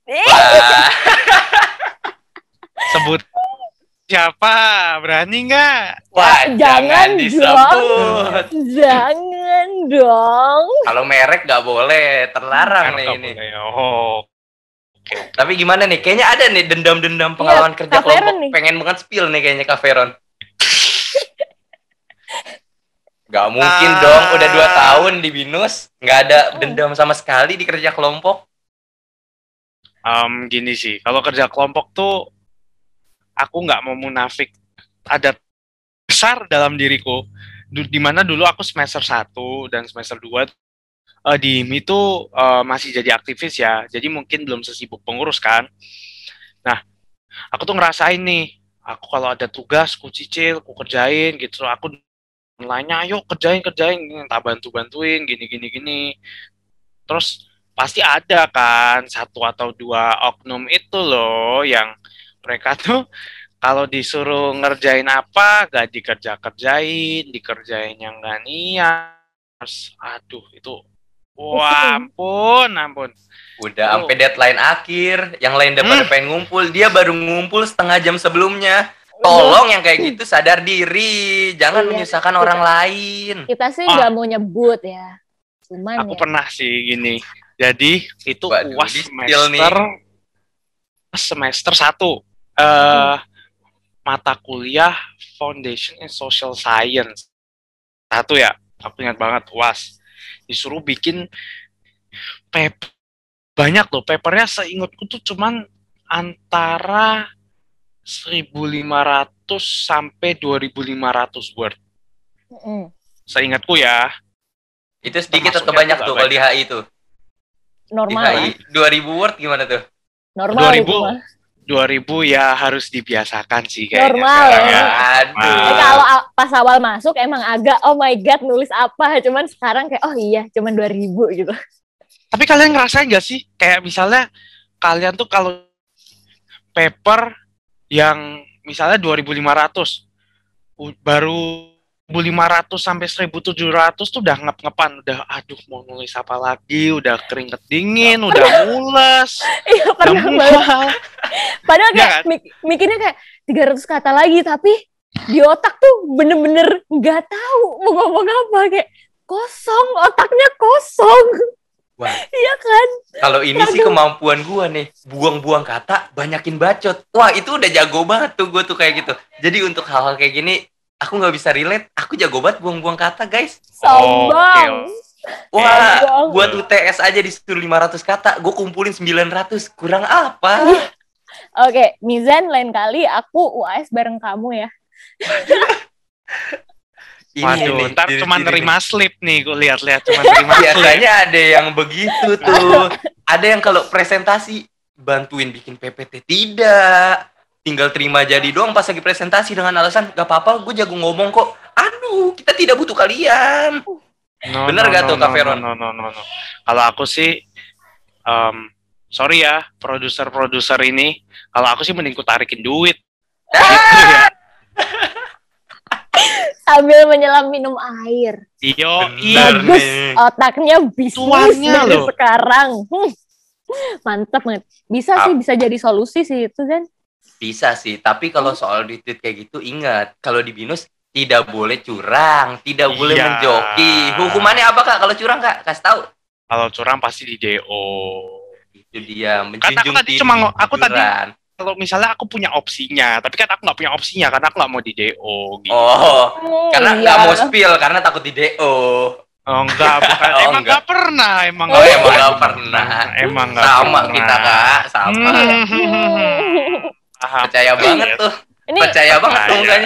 [SPEAKER 3] Sebut siapa? Berani nggak?
[SPEAKER 2] Wah, jangan
[SPEAKER 1] Jangan
[SPEAKER 2] disebut.
[SPEAKER 1] dong.
[SPEAKER 2] Kalau merek nggak boleh. Terlarang nih ini.
[SPEAKER 3] Oh.
[SPEAKER 2] Okay. Tapi gimana nih? Kayaknya ada nih dendam-dendam pengalaman kerja kelompok. Pengen banget spill nih kayaknya Kak Veron. Gak mungkin dong, udah 2 tahun di BINUS, gak ada dendam sama sekali di kerja kelompok.
[SPEAKER 3] Gini sih, kalau kerja kelompok tuh, aku gak mau munafik. Ada besar dalam diriku, dimana dulu aku semester 1 dan semester 2 di HIMI tuh masih jadi aktivis ya, jadi mungkin belum sesibuk pengurus kan. Nah, aku tuh ngerasain nih, aku kalau ada tugas, ku cicil, ku kerjain gitu, aku nanya, ayo kerjain, tak bantuin, gini. Terus pasti ada kan 1 atau 2 oknum itu loh yang mereka tuh kalau disuruh ngerjain apa gak dikerjain yang gak niat. Aduh itu, wah ampun.
[SPEAKER 2] Udah sampai deadline akhir, yang lain pada pengen ngumpul, dia baru ngumpul setengah jam sebelumnya. Tolong yang kayak gitu sadar diri, jangan menyusahkan orang lain.
[SPEAKER 1] Kita sih nggak mau nyebut ya, cuman
[SPEAKER 3] aku pernah sih gini. Jadi itu UAS semester 1 mata kuliah Foundation in Social Science 1 ya, aku ingat banget UAS disuruh bikin paper banyak loh, papernya seingatku tuh cuman antara 1.500 sampai 2.500 word. Seingatku ya.
[SPEAKER 2] Itu sedikit atau banyak tuh kalau di HI itu?
[SPEAKER 1] Normal.
[SPEAKER 2] Di HI 2.000 word gimana tuh?
[SPEAKER 1] Normal
[SPEAKER 3] 2.000 ya harus dibiasakan sih kayaknya.
[SPEAKER 1] Normal ya.
[SPEAKER 2] Aduh.
[SPEAKER 1] Kalau pas awal masuk emang agak oh my god nulis apa, cuman sekarang kayak oh iya cuman 2.000 gitu.
[SPEAKER 3] Tapi kalian ngerasain gak sih kayak misalnya kalian tuh kalau paper yang misalnya 2.500 baru 1.500 sampai 1.700 tuh udah ngep-ngepan, udah aduh mau nulis apa lagi, udah keringet dingin, udah mules.
[SPEAKER 1] Iya pernah banget. Padahal kayak mikirnya kayak 300 kata lagi, tapi di otak tuh bener-bener nggak tahu mau ngomong apa, kayak kosong, otaknya kosong.
[SPEAKER 2] Wah.
[SPEAKER 1] Iya kan?
[SPEAKER 2] Kalau ini sih kemampuan gue nih, buang-buang kata, banyakin bacot. Wah itu udah jago banget tuh gue tuh kayak gitu. Jadi untuk hal-hal kayak gini, aku nggak bisa relate. Aku jago banget buang-buang kata guys.
[SPEAKER 1] Sombong.
[SPEAKER 2] Wah, buat UTS aja disuruh 500 kata, gue kumpulin 900. Kurang apa?
[SPEAKER 1] Oke, Mizan lain kali aku UAS bareng kamu ya.
[SPEAKER 3] Waduh,
[SPEAKER 2] nih,
[SPEAKER 3] ntar
[SPEAKER 2] ciri-ciri
[SPEAKER 3] cuma
[SPEAKER 2] nih.
[SPEAKER 3] nerima slip nih, gue lihat-lihat cuma nerima slip.
[SPEAKER 2] Biasanya ada yang begitu tuh. Ada yang kalau presentasi bantuin bikin PPT, tidak. Tinggal terima jadi doang pas lagi presentasi dengan alasan gak apa-apa, gue jago ngomong kok. Aduh, kita tidak butuh kalian.
[SPEAKER 3] No,
[SPEAKER 2] Bener
[SPEAKER 3] no,
[SPEAKER 2] gak
[SPEAKER 3] no,
[SPEAKER 2] tuh, Kak
[SPEAKER 3] no,
[SPEAKER 2] Veron?
[SPEAKER 3] no, no, no, no. Kalau aku sih, sorry ya, produser ini, kalau aku sih mending ku tarikin duit. Gitu ya.
[SPEAKER 1] Sambil menyelam minum air.
[SPEAKER 3] Iyo,
[SPEAKER 2] Bener.
[SPEAKER 1] Bagus,
[SPEAKER 2] nih.
[SPEAKER 1] otaknya bisnis
[SPEAKER 3] Tuannya
[SPEAKER 1] dari
[SPEAKER 3] loh.
[SPEAKER 1] sekarang. Mantap banget. Bisa sih, bisa jadi solusi sih itu kan.
[SPEAKER 2] Bisa sih, tapi kalau soal duit kayak gitu ingat, kalau di BINUS tidak boleh curang, tidak boleh
[SPEAKER 3] Iya.
[SPEAKER 2] menjoki. Hukumannya apa Kak kalau curang Kak? Kasih tahu.
[SPEAKER 3] Kalau curang pasti di DO.
[SPEAKER 2] Itu dia,
[SPEAKER 3] Kan aku
[SPEAKER 2] menjunjung
[SPEAKER 3] tadi
[SPEAKER 2] tinggi
[SPEAKER 3] aku tadi
[SPEAKER 2] kejujuran.
[SPEAKER 3] kalau misalnya aku punya opsinya, tapi kan aku nggak punya opsinya karena aku nggak mau di DO. Gitu.
[SPEAKER 2] Oh, karena nggak
[SPEAKER 1] iya.
[SPEAKER 2] mau spill karena takut di DO.
[SPEAKER 3] Oh enggak, bukan.
[SPEAKER 2] Oh,
[SPEAKER 3] Emang
[SPEAKER 2] enggak.
[SPEAKER 3] nggak pernah, emang
[SPEAKER 2] Oh, emang nggak pernah.
[SPEAKER 3] Emang nggak
[SPEAKER 2] Sama
[SPEAKER 3] pernah.
[SPEAKER 2] kita Kak, sama.
[SPEAKER 3] Paham.
[SPEAKER 2] Percaya banget tuh.
[SPEAKER 1] Ini
[SPEAKER 2] Percaya banget tuh mukanya.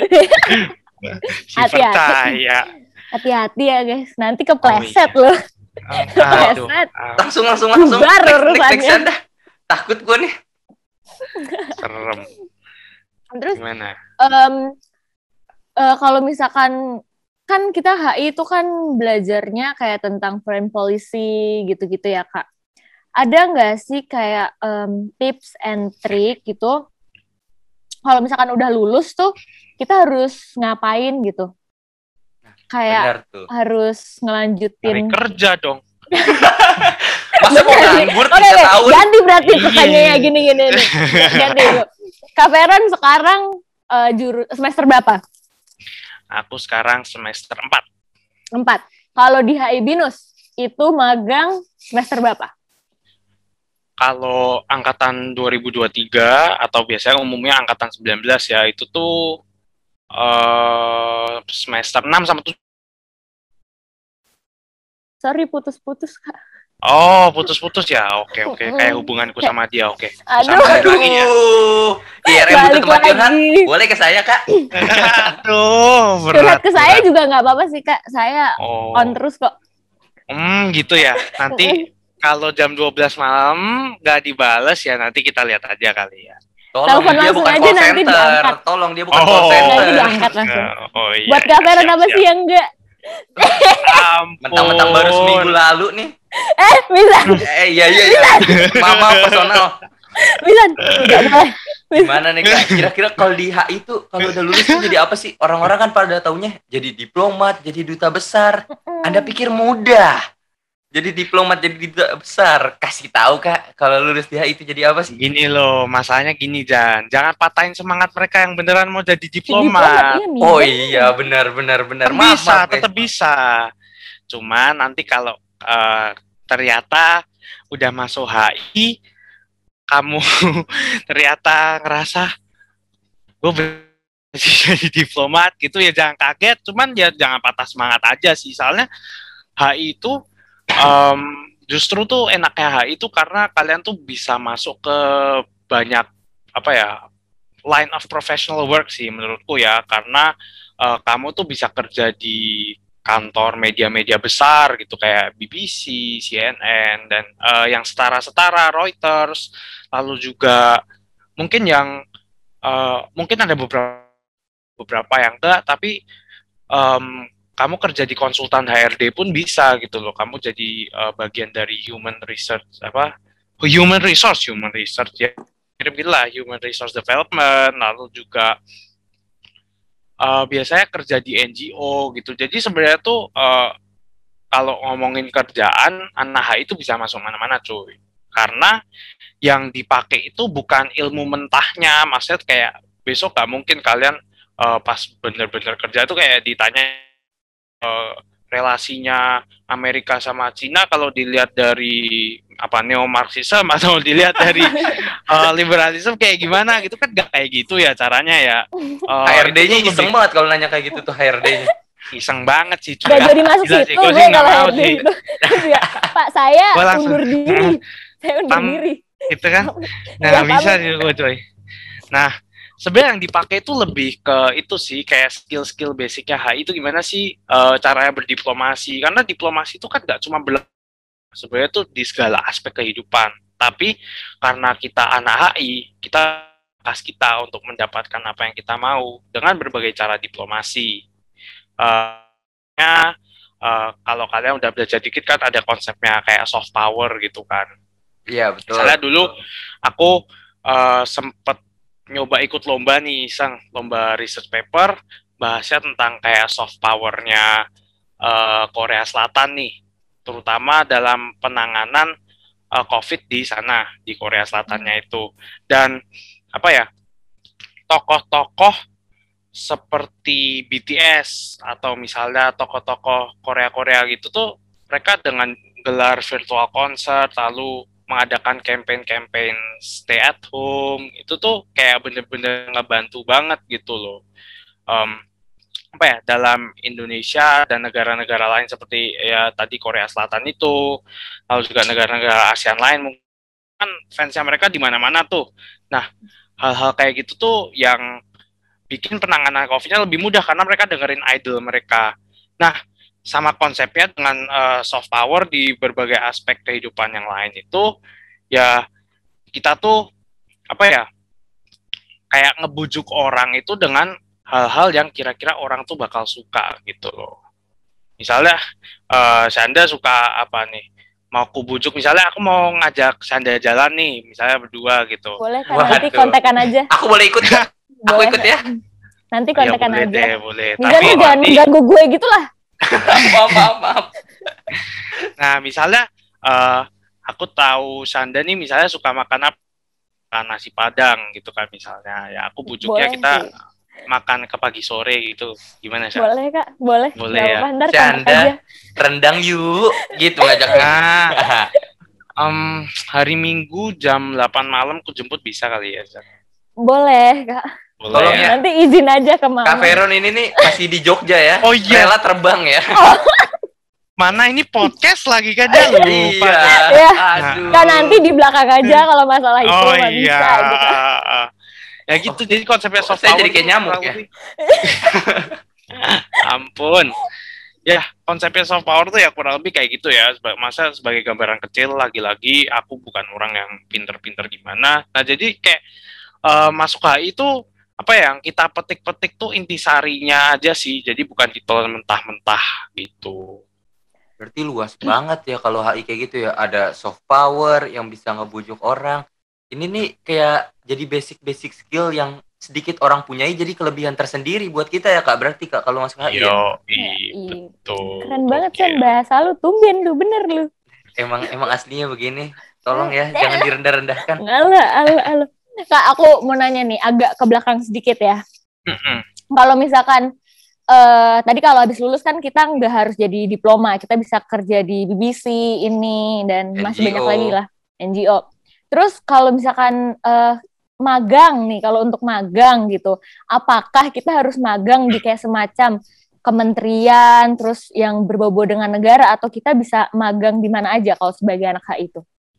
[SPEAKER 3] Si
[SPEAKER 1] Hati-hati.
[SPEAKER 3] percaya.
[SPEAKER 1] hati-hati ya guys. Nanti kepleset
[SPEAKER 3] Oh, iya.
[SPEAKER 1] loh.
[SPEAKER 3] Aduh.
[SPEAKER 1] Kepleset.
[SPEAKER 2] Langsung.
[SPEAKER 1] Bubar
[SPEAKER 2] Next
[SPEAKER 1] urusannya.
[SPEAKER 2] anda. Takut gue nih.
[SPEAKER 3] Serem.
[SPEAKER 1] Terus
[SPEAKER 3] Gimana?
[SPEAKER 1] kalau misalkan kan kita HI itu kan belajarnya kayak tentang foreign policy gitu-gitu ya Kak. Ada nggak sih kayak tips and trick gitu? Kalau misalkan udah lulus tuh kita harus ngapain gitu? Kayak
[SPEAKER 2] Benar tuh.
[SPEAKER 1] harus
[SPEAKER 3] Cari
[SPEAKER 1] ngelanjutin.
[SPEAKER 3] kerja dong.
[SPEAKER 2] Masa mau nganggur 3 tahun?
[SPEAKER 1] Ganti berarti
[SPEAKER 3] Iya.
[SPEAKER 1] pertanyaannya gini. Ganti dulu. Kak Veron sekarang semester berapa?
[SPEAKER 3] Aku sekarang semester 4.
[SPEAKER 1] 4. Kalau di HI BINUS itu magang semester berapa?
[SPEAKER 3] Kalau angkatan 2023 atau biasanya umumnya angkatan 19 ya, itu tuh semester 6 sama 7.
[SPEAKER 1] Sorry putus-putus Kak.
[SPEAKER 3] Oh, putus-putus ya. Oke. Kayak hubunganku sama dia. Oke.
[SPEAKER 1] Aduh.
[SPEAKER 3] Sambung lagi ya.
[SPEAKER 2] IRM butuh
[SPEAKER 1] Balik
[SPEAKER 2] tempat curhat.
[SPEAKER 1] lagi.
[SPEAKER 2] Boleh ke saya Kak?
[SPEAKER 3] Aduh,
[SPEAKER 1] Curhat
[SPEAKER 3] berat.
[SPEAKER 1] ke saya juga nggak apa-apa sih Kak. Saya
[SPEAKER 3] Oh.
[SPEAKER 1] on terus kok.
[SPEAKER 3] Gitu ya. Nanti kalau jam 12 malam nggak dibales ya, nanti kita lihat aja kali ya.
[SPEAKER 2] Tolong
[SPEAKER 1] Telepon
[SPEAKER 2] dia
[SPEAKER 1] langsung
[SPEAKER 2] bukan
[SPEAKER 1] aja,
[SPEAKER 2] call
[SPEAKER 1] nanti
[SPEAKER 2] center.
[SPEAKER 1] diangkat.
[SPEAKER 2] Tolong dia bukan call
[SPEAKER 3] Oh.
[SPEAKER 1] Nanti
[SPEAKER 2] center.
[SPEAKER 1] diangkat langsung.
[SPEAKER 3] Oh iya.
[SPEAKER 1] Buat Kak Veron apa sih yang enggak?
[SPEAKER 3] Ampun.
[SPEAKER 2] Mentang-mentang baru seminggu lalu nih.
[SPEAKER 1] Bisa.
[SPEAKER 2] Iya. Mama personal.
[SPEAKER 1] Bisa. Nggak boleh.
[SPEAKER 2] Gimana nih Kak? Kira-kira kalau di HI itu kalau udah lulus tuh jadi apa sih? Orang-orang kan pada taunya jadi diplomat, jadi duta besar. Anda pikir mudah? Jadi diplomat, jadi duta besar. Kasih tahu Kak, kalau lulus di HI itu jadi apa sih?
[SPEAKER 3] Gini loh, masalahnya gini Jan. Jangan patahin semangat mereka yang beneran mau jadi
[SPEAKER 1] Diplomat,
[SPEAKER 3] diplomat.
[SPEAKER 1] iya,
[SPEAKER 2] Oh
[SPEAKER 1] minder.
[SPEAKER 2] iya, benar.
[SPEAKER 3] Bisa,
[SPEAKER 2] Maaf,
[SPEAKER 3] tetap bisa. Cuman nanti kalau ternyata udah masuk HI, kamu ternyata ngerasa gue bisa jadi diplomat gitu ya, jangan kaget. Cuman ya jangan patah semangat aja sih. Soalnya HI itu justru tuh enaknya HI itu karena kalian tuh bisa masuk ke banyak line of professional work sih menurutku ya, karena kamu tuh bisa kerja di kantor media-media besar gitu kayak BBC, CNN, dan yang setara-setara Reuters, lalu juga mungkin yang mungkin ada beberapa yang enggak, tapi kamu kerja di konsultan HRD pun bisa gitu loh. Kamu jadi bagian dari human research ya, mirip-mirip human resource development, lalu juga biasanya kerja di NGO gitu. Jadi sebenarnya tuh kalau ngomongin kerjaan, anak HI itu bisa masuk mana-mana cuy. Karena yang dipakai itu bukan ilmu mentahnya, maksudnya kayak besok gak mungkin kalian pas bener-bener kerja itu kayak ditanya relasinya Amerika sama Cina kalau dilihat dari neo-marxisme atau dilihat dari liberalisme kayak gimana gitu kan, gak kayak gitu ya caranya ya.
[SPEAKER 2] HRD-nya iseng banget kalau nanya kayak gitu tuh HRD-nya.
[SPEAKER 3] Iseng banget sih cuy.
[SPEAKER 1] Gak jadi masuk
[SPEAKER 3] Gila
[SPEAKER 1] situ
[SPEAKER 3] sih, gua
[SPEAKER 1] gue
[SPEAKER 3] sih nggak
[SPEAKER 1] kalau
[SPEAKER 3] mau
[SPEAKER 1] HRD
[SPEAKER 3] sih.
[SPEAKER 1] itu. Ya, Pak saya
[SPEAKER 3] Gua langsung,
[SPEAKER 1] undur diri. Saya undur
[SPEAKER 3] Tam-
[SPEAKER 1] diri.
[SPEAKER 3] Gitu kan. Nah
[SPEAKER 1] Ya,
[SPEAKER 3] bisa
[SPEAKER 1] pamit.
[SPEAKER 3] sih gue coy. Nah sebenarnya yang dipakai itu lebih ke itu sih, kayak skill-skill basicnya HI itu gimana sih caranya berdiplomasi. Karena diplomasi itu kan nggak cuma sebenarnya tuh di segala aspek kehidupan. Tapi karena kita anak HI, kita untuk mendapatkan apa yang kita mau dengan berbagai cara diplomasi. Kalau kalian udah belajar dikit kan ada konsepnya kayak soft power gitu kan.
[SPEAKER 2] Iya, betul.
[SPEAKER 3] Misalnya dulu aku sempet nyoba ikut lomba nih, lomba research paper bahasnya tentang kayak soft powernya Korea Selatan nih, terutama dalam penanganan COVID di sana, di Korea Selatannya itu. Dan apa ya, tokoh-tokoh seperti BTS atau misalnya tokoh-tokoh Korea-Korea gitu tuh, mereka dengan gelar virtual concert lalu mengadakan campaign-campaign stay at home, itu tuh kayak bener-bener ngebantu banget gitu loh. Apa ya, dalam Indonesia dan negara-negara lain seperti ya tadi Korea Selatan itu, lalu juga negara-negara ASEAN lain, kan fansnya mereka di mana-mana tuh. Nah, hal-hal kayak gitu tuh yang bikin penanganan COVID-nya lebih mudah karena mereka dengerin idol mereka. Nah, sama konsepnya dengan soft power di berbagai aspek kehidupan yang lain itu, ya kita tuh apa ya, kayak ngebujuk orang itu dengan hal-hal yang kira-kira orang tuh bakal suka gitu loh. Misalnya Sanda suka apa nih? Mau aku bujuk, misalnya aku mau ngajak Sanda jalan nih, misalnya berdua gitu.
[SPEAKER 1] Boleh kan, nanti kontekan aja.
[SPEAKER 2] Aku boleh ikut gak? Aku ikut ya.
[SPEAKER 1] Nanti kontekan
[SPEAKER 3] ya, boleh
[SPEAKER 1] aja.
[SPEAKER 3] Deh, boleh.
[SPEAKER 1] Tapi jangan ganggu gue gitu lah.
[SPEAKER 2] maaf.
[SPEAKER 3] Nah, misalnya aku tahu Sanda nih misalnya suka makan apa? Nasi Padang gitu kan misalnya. Ya aku bujuknya
[SPEAKER 1] boleh,
[SPEAKER 3] kita makan ke pagi sore gitu. Gimana sih?
[SPEAKER 1] Boleh Kak, boleh.
[SPEAKER 3] Boleh ya.
[SPEAKER 1] Ntar kontak aja.
[SPEAKER 2] Rendang yuk, gitu ngajaknya.
[SPEAKER 3] Hari Minggu jam 8 malam aku jemput bisa kali ya?
[SPEAKER 1] Boleh Kak.
[SPEAKER 3] Boleh.
[SPEAKER 2] Tolong ya.
[SPEAKER 1] Nanti izin aja ke Mama.
[SPEAKER 2] Kak Veron ini nih masih di Jogja ya.
[SPEAKER 3] Oh iya.
[SPEAKER 2] Rela terbang ya.
[SPEAKER 1] Oh.
[SPEAKER 3] Mana ini podcast lagi kan ya, lupa.
[SPEAKER 1] Iya.
[SPEAKER 2] Aduh.
[SPEAKER 1] Kan nanti di belakang aja kalau masalah itu nggak
[SPEAKER 3] iya.
[SPEAKER 1] bisa gitu.
[SPEAKER 3] Ya gitu, jadi konsepnya soft power.
[SPEAKER 2] Saya jadi kayak nyamuk ya.
[SPEAKER 3] Ampun. Ya, konsepnya soft power tuh ya kurang lebih kayak gitu ya. Masa sebagai gambaran kecil, lagi-lagi aku bukan orang yang pinter-pinter gimana. Nah, jadi kayak masuk HI itu apa ya, yang kita petik-petik tuh intisarinya aja sih. Jadi bukan ditelan mentah-mentah gitu.
[SPEAKER 2] Berarti luas banget ya kalau HI kayak gitu ya. Ada soft power yang bisa ngebujuk orang. Ini nih kayak jadi basic skill yang sedikit orang punyai, jadi kelebihan tersendiri buat kita ya Kak. Berarti Kak kalau masuk HI.
[SPEAKER 3] Betul.
[SPEAKER 1] Keren banget kan bahasa lu, tumben lu, bener lu.
[SPEAKER 2] Emang aslinya begini. Tolong ya, jangan direndah-rendahkan.
[SPEAKER 1] Alah. Kak, aku mau nanya nih, agak ke belakang sedikit ya. Kalau misalkan tadi kalau habis lulus kan kita nggak harus jadi diploma, kita bisa kerja di BBC ini dan masih banyak lagi lah, NGO. Terus kalau misalkan magang nih, kalau untuk magang gitu, apakah kita harus magang di kayak semacam kementerian, terus yang berbau dengan negara, atau kita bisa magang di mana aja kalau sebagai anak HI itu?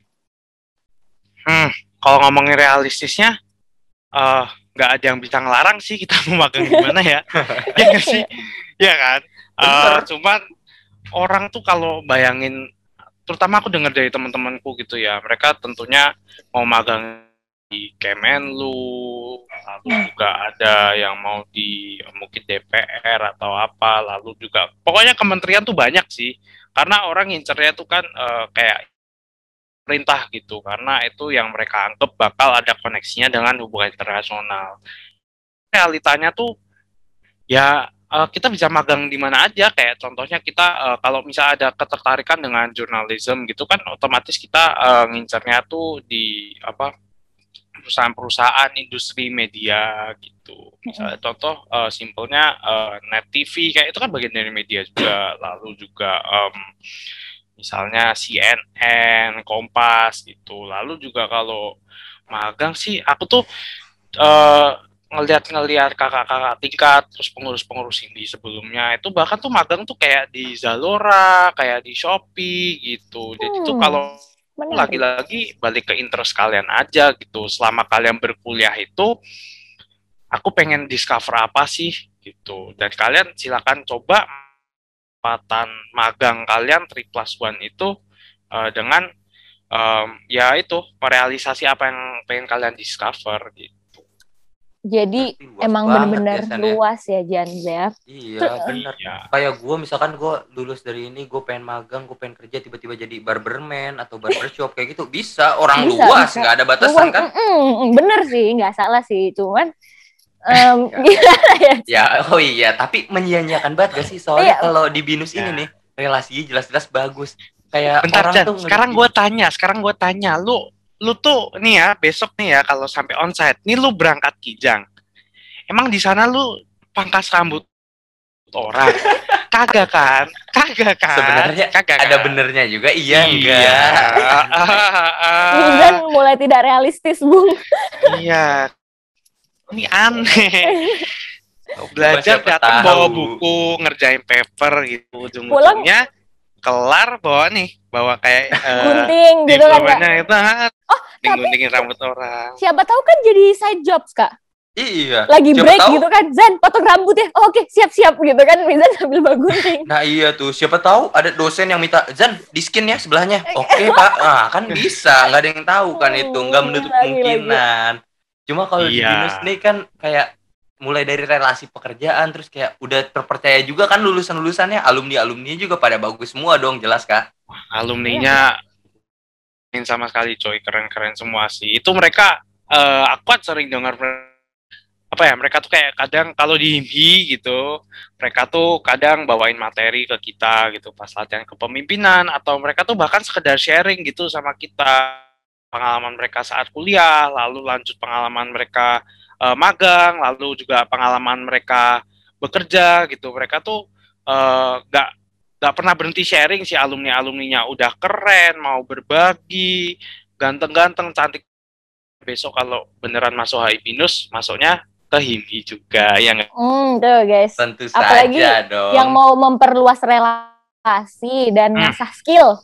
[SPEAKER 3] Kalau ngomongin realistisnya, nggak ada yang bisa ngelarang sih kita mau magang di mana ya. Ya nggak sih? Ya kan? Cuman orang tuh kalau bayangin, terutama aku dengar dari teman-temanku gitu ya, mereka tentunya mau magang di Kemenlu, lalu juga ada yang mau di mungkin DPR atau apa, lalu juga pokoknya kementerian tuh banyak sih, karena orang ngincernya tuh kan kayak perintah gitu, karena itu yang mereka anggap bakal ada koneksinya dengan hubungan internasional. Realitanya tuh ya kita bisa magang di mana aja, kayak contohnya kita kalau misalnya ada ketertarikan dengan jurnalisme gitu kan, otomatis kita ngincernya tuh di apa, perusahaan-perusahaan industri media gitu. Misalnya contoh simpelnya Net TV, kayak itu kan bagian dari media juga. Lalu juga misalnya CNN, Kompas gitu. Lalu juga kalau magang sih aku tuh ngelihat kakak-kakak tingkat, terus pengurus-pengurus ini sebelumnya itu bahkan tuh magang tuh kayak di Zalora, kayak di Shopee gitu. Jadi tuh kalau lagi-lagi balik ke interest kalian aja gitu. Selama kalian berkuliah itu aku pengen discover apa sih gitu. Dan kalian silakan coba kesempatan magang kalian 3+1 itu dengan ya itu merealisasi apa yang pengen kalian discover gitu.
[SPEAKER 1] Jadi emang bener-bener luas ya Jan ya.
[SPEAKER 2] Iya benar. Ya. Kayak gue misalkan gue lulus dari ini, gue pengen magang, gue pengen kerja tiba-tiba jadi barberman atau barbershop kayak gitu bisa. Orang luas, nggak ada batasan kan?
[SPEAKER 1] Bener sih, nggak salah sih. Cuman gimana ya?
[SPEAKER 2] Ya, oh iya. Tapi menyia-nyiakan banget gak sih? Soalnya kalau di BINUS ini nih relasinya jelas-jelas bagus. Kayak
[SPEAKER 3] bentar,
[SPEAKER 2] orang
[SPEAKER 3] Jan,
[SPEAKER 2] tuh
[SPEAKER 3] sekarang gue tanya, lu tuh nih ya besok nih ya kalau sampai onsite, nih lu berangkat Kijang, emang di sana lu pangkas rambut orang? Kagak kan?
[SPEAKER 2] Sebenarnya ada benernya juga, iya enggak?
[SPEAKER 1] Mizan mulai tidak realistis, Bung.
[SPEAKER 3] Iya, ini aneh. Belajar datang bawa buku, ngerjain paper gitu, ujung-ujungnya kelar bawa kayak
[SPEAKER 1] gunting gitu kan
[SPEAKER 3] itu guntingin rambut orang.
[SPEAKER 1] Siapa tahu kan jadi side jobs Kak.
[SPEAKER 2] Iya.
[SPEAKER 1] Lagi break gitu kan, Zan potong rambut ya. Oh, oke, siap-siap gitu kan, Zan sambil bawa gunting.
[SPEAKER 2] Nah iya tuh, siapa tahu ada dosen yang minta, Zan di skin ya sebelahnya. Oke Pak, kan bisa, nggak ada yang tahu kan itu, nggak menutup kemungkinan. Cuma kalau di BINUS nih kan kayak mulai dari relasi pekerjaan terus kayak udah terpercaya juga kan lulusannya, alumni juga pada bagus semua dong, jelas Kak.
[SPEAKER 3] Alumninya sama sekali coy, keren-keren semua sih. Itu mereka aku kan sering dengar mereka tuh kayak kadang kalau di HIMHI gitu, mereka tuh kadang bawain materi ke kita gitu pas latihan kepemimpinan, atau mereka tuh bahkan sekedar sharing gitu sama kita pengalaman mereka saat kuliah, lalu lanjut pengalaman mereka magang, lalu juga pengalaman mereka bekerja gitu. Mereka tuh nggak pernah berhenti sharing sih, alumninya udah keren, mau berbagi, ganteng-ganteng, cantik. Besok kalau beneran masuk HI BINUS, masuknya ke HIMHI juga ya nggak?
[SPEAKER 1] Tuh guys.
[SPEAKER 2] Tentu
[SPEAKER 1] apalagi
[SPEAKER 2] saja dong.
[SPEAKER 1] Yang mau memperluas relasi dan ngasah skill.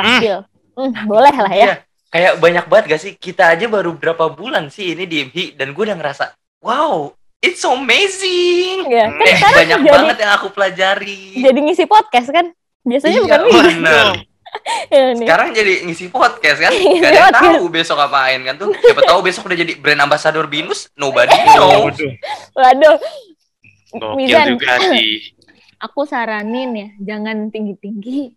[SPEAKER 1] Boleh lah ya.
[SPEAKER 2] Kayak banyak banget gak sih? Kita aja baru berapa bulan sih ini di HIMHI dan gue udah ngerasa, wow, it's so amazing.
[SPEAKER 1] Ya, kan
[SPEAKER 2] banyak banget yang aku pelajari.
[SPEAKER 1] Jadi ngisi podcast kan? Biasanya bukan
[SPEAKER 2] bener. Sekarang jadi ngisi podcast kan? Gak ada yang tahu besok apain kan tuh. Siapa tahu besok udah jadi brand ambassador BINUS, nobody knows.
[SPEAKER 1] Waduh.
[SPEAKER 3] Gokil juga sih.
[SPEAKER 1] Aku saranin ya, jangan tinggi-tinggi.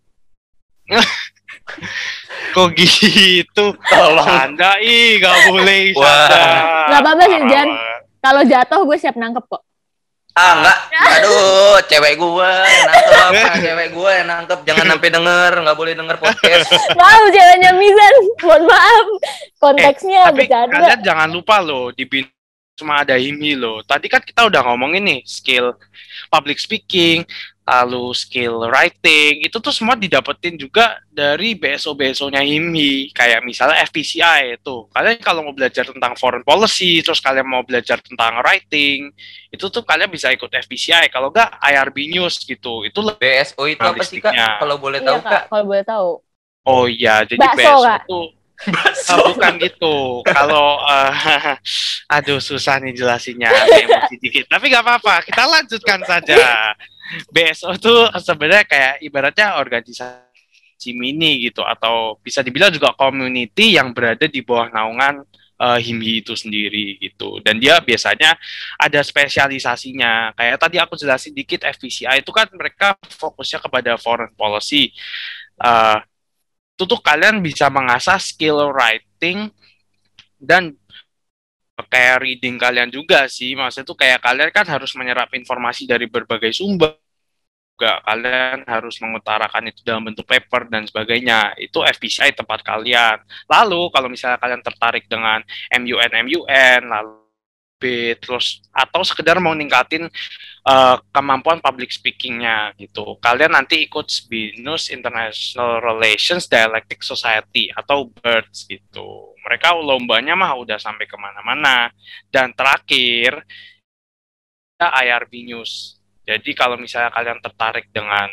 [SPEAKER 3] Kok gitu? Tolong. Anda gak boleh.
[SPEAKER 1] Gak apa-apa sih Jan. Kalau jatuh gue siap nangkep kok.
[SPEAKER 2] Enggak. Aduh, cewek gue yang nangkep. Jangan sampai denger, nggak boleh denger podcast.
[SPEAKER 1] Maaf ceweknya Mizan, mohon maaf. Konteksnya bercanda.
[SPEAKER 3] Kalian jangan lupa loh, di BINUS cuma ada HIMHI loh. Tadi kan kita udah ngomongin nih skill public speaking, lalu skill writing, itu tuh semua didapetin juga dari BSO-BSO-nya HIMHI. Kayak misalnya FPCI itu. Kalian kalau mau belajar tentang foreign policy, terus kalian mau belajar tentang writing, itu tuh kalian bisa ikut FPCI. Kalau enggak, IRB News gitu. Itu
[SPEAKER 2] BSO itu apa sih Kak? Kalau boleh tahu Kak?
[SPEAKER 1] Kalau boleh tahu.
[SPEAKER 3] Oh iya, jadi BSO itu bukan gitu. Kalau aduh susah nih jelasinnya, emosi dikit. Tapi nggak apa-apa, kita lanjutkan saja. BSO itu sebenarnya kayak ibaratnya organisasi mini gitu, atau bisa dibilang juga community yang berada di bawah naungan HIMHI itu sendiri gitu. Dan dia biasanya ada spesialisasinya. Kayak tadi aku jelasin dikit, FPCI itu kan mereka fokusnya kepada foreign policy. Itu tuh kalian bisa mengasah skill writing dan kayak reading kalian juga sih. Maksudnya tuh kayak kalian kan harus menyerap informasi dari berbagai sumber. Juga kalian harus mengutarakan itu dalam bentuk paper dan sebagainya. Itu FPCI tempat kalian. Lalu kalau misalnya kalian tertarik dengan MUN, lalu terus atau sekedar mau ningkatin kemampuan public speaking-nya gitu. Kalian nanti ikut BINUS International Relations Dialectic Society atau BIRDS gitu. Mereka lombanya mah udah sampai kemana-mana. Dan terakhir, IRB News. Jadi kalau misalnya kalian tertarik dengan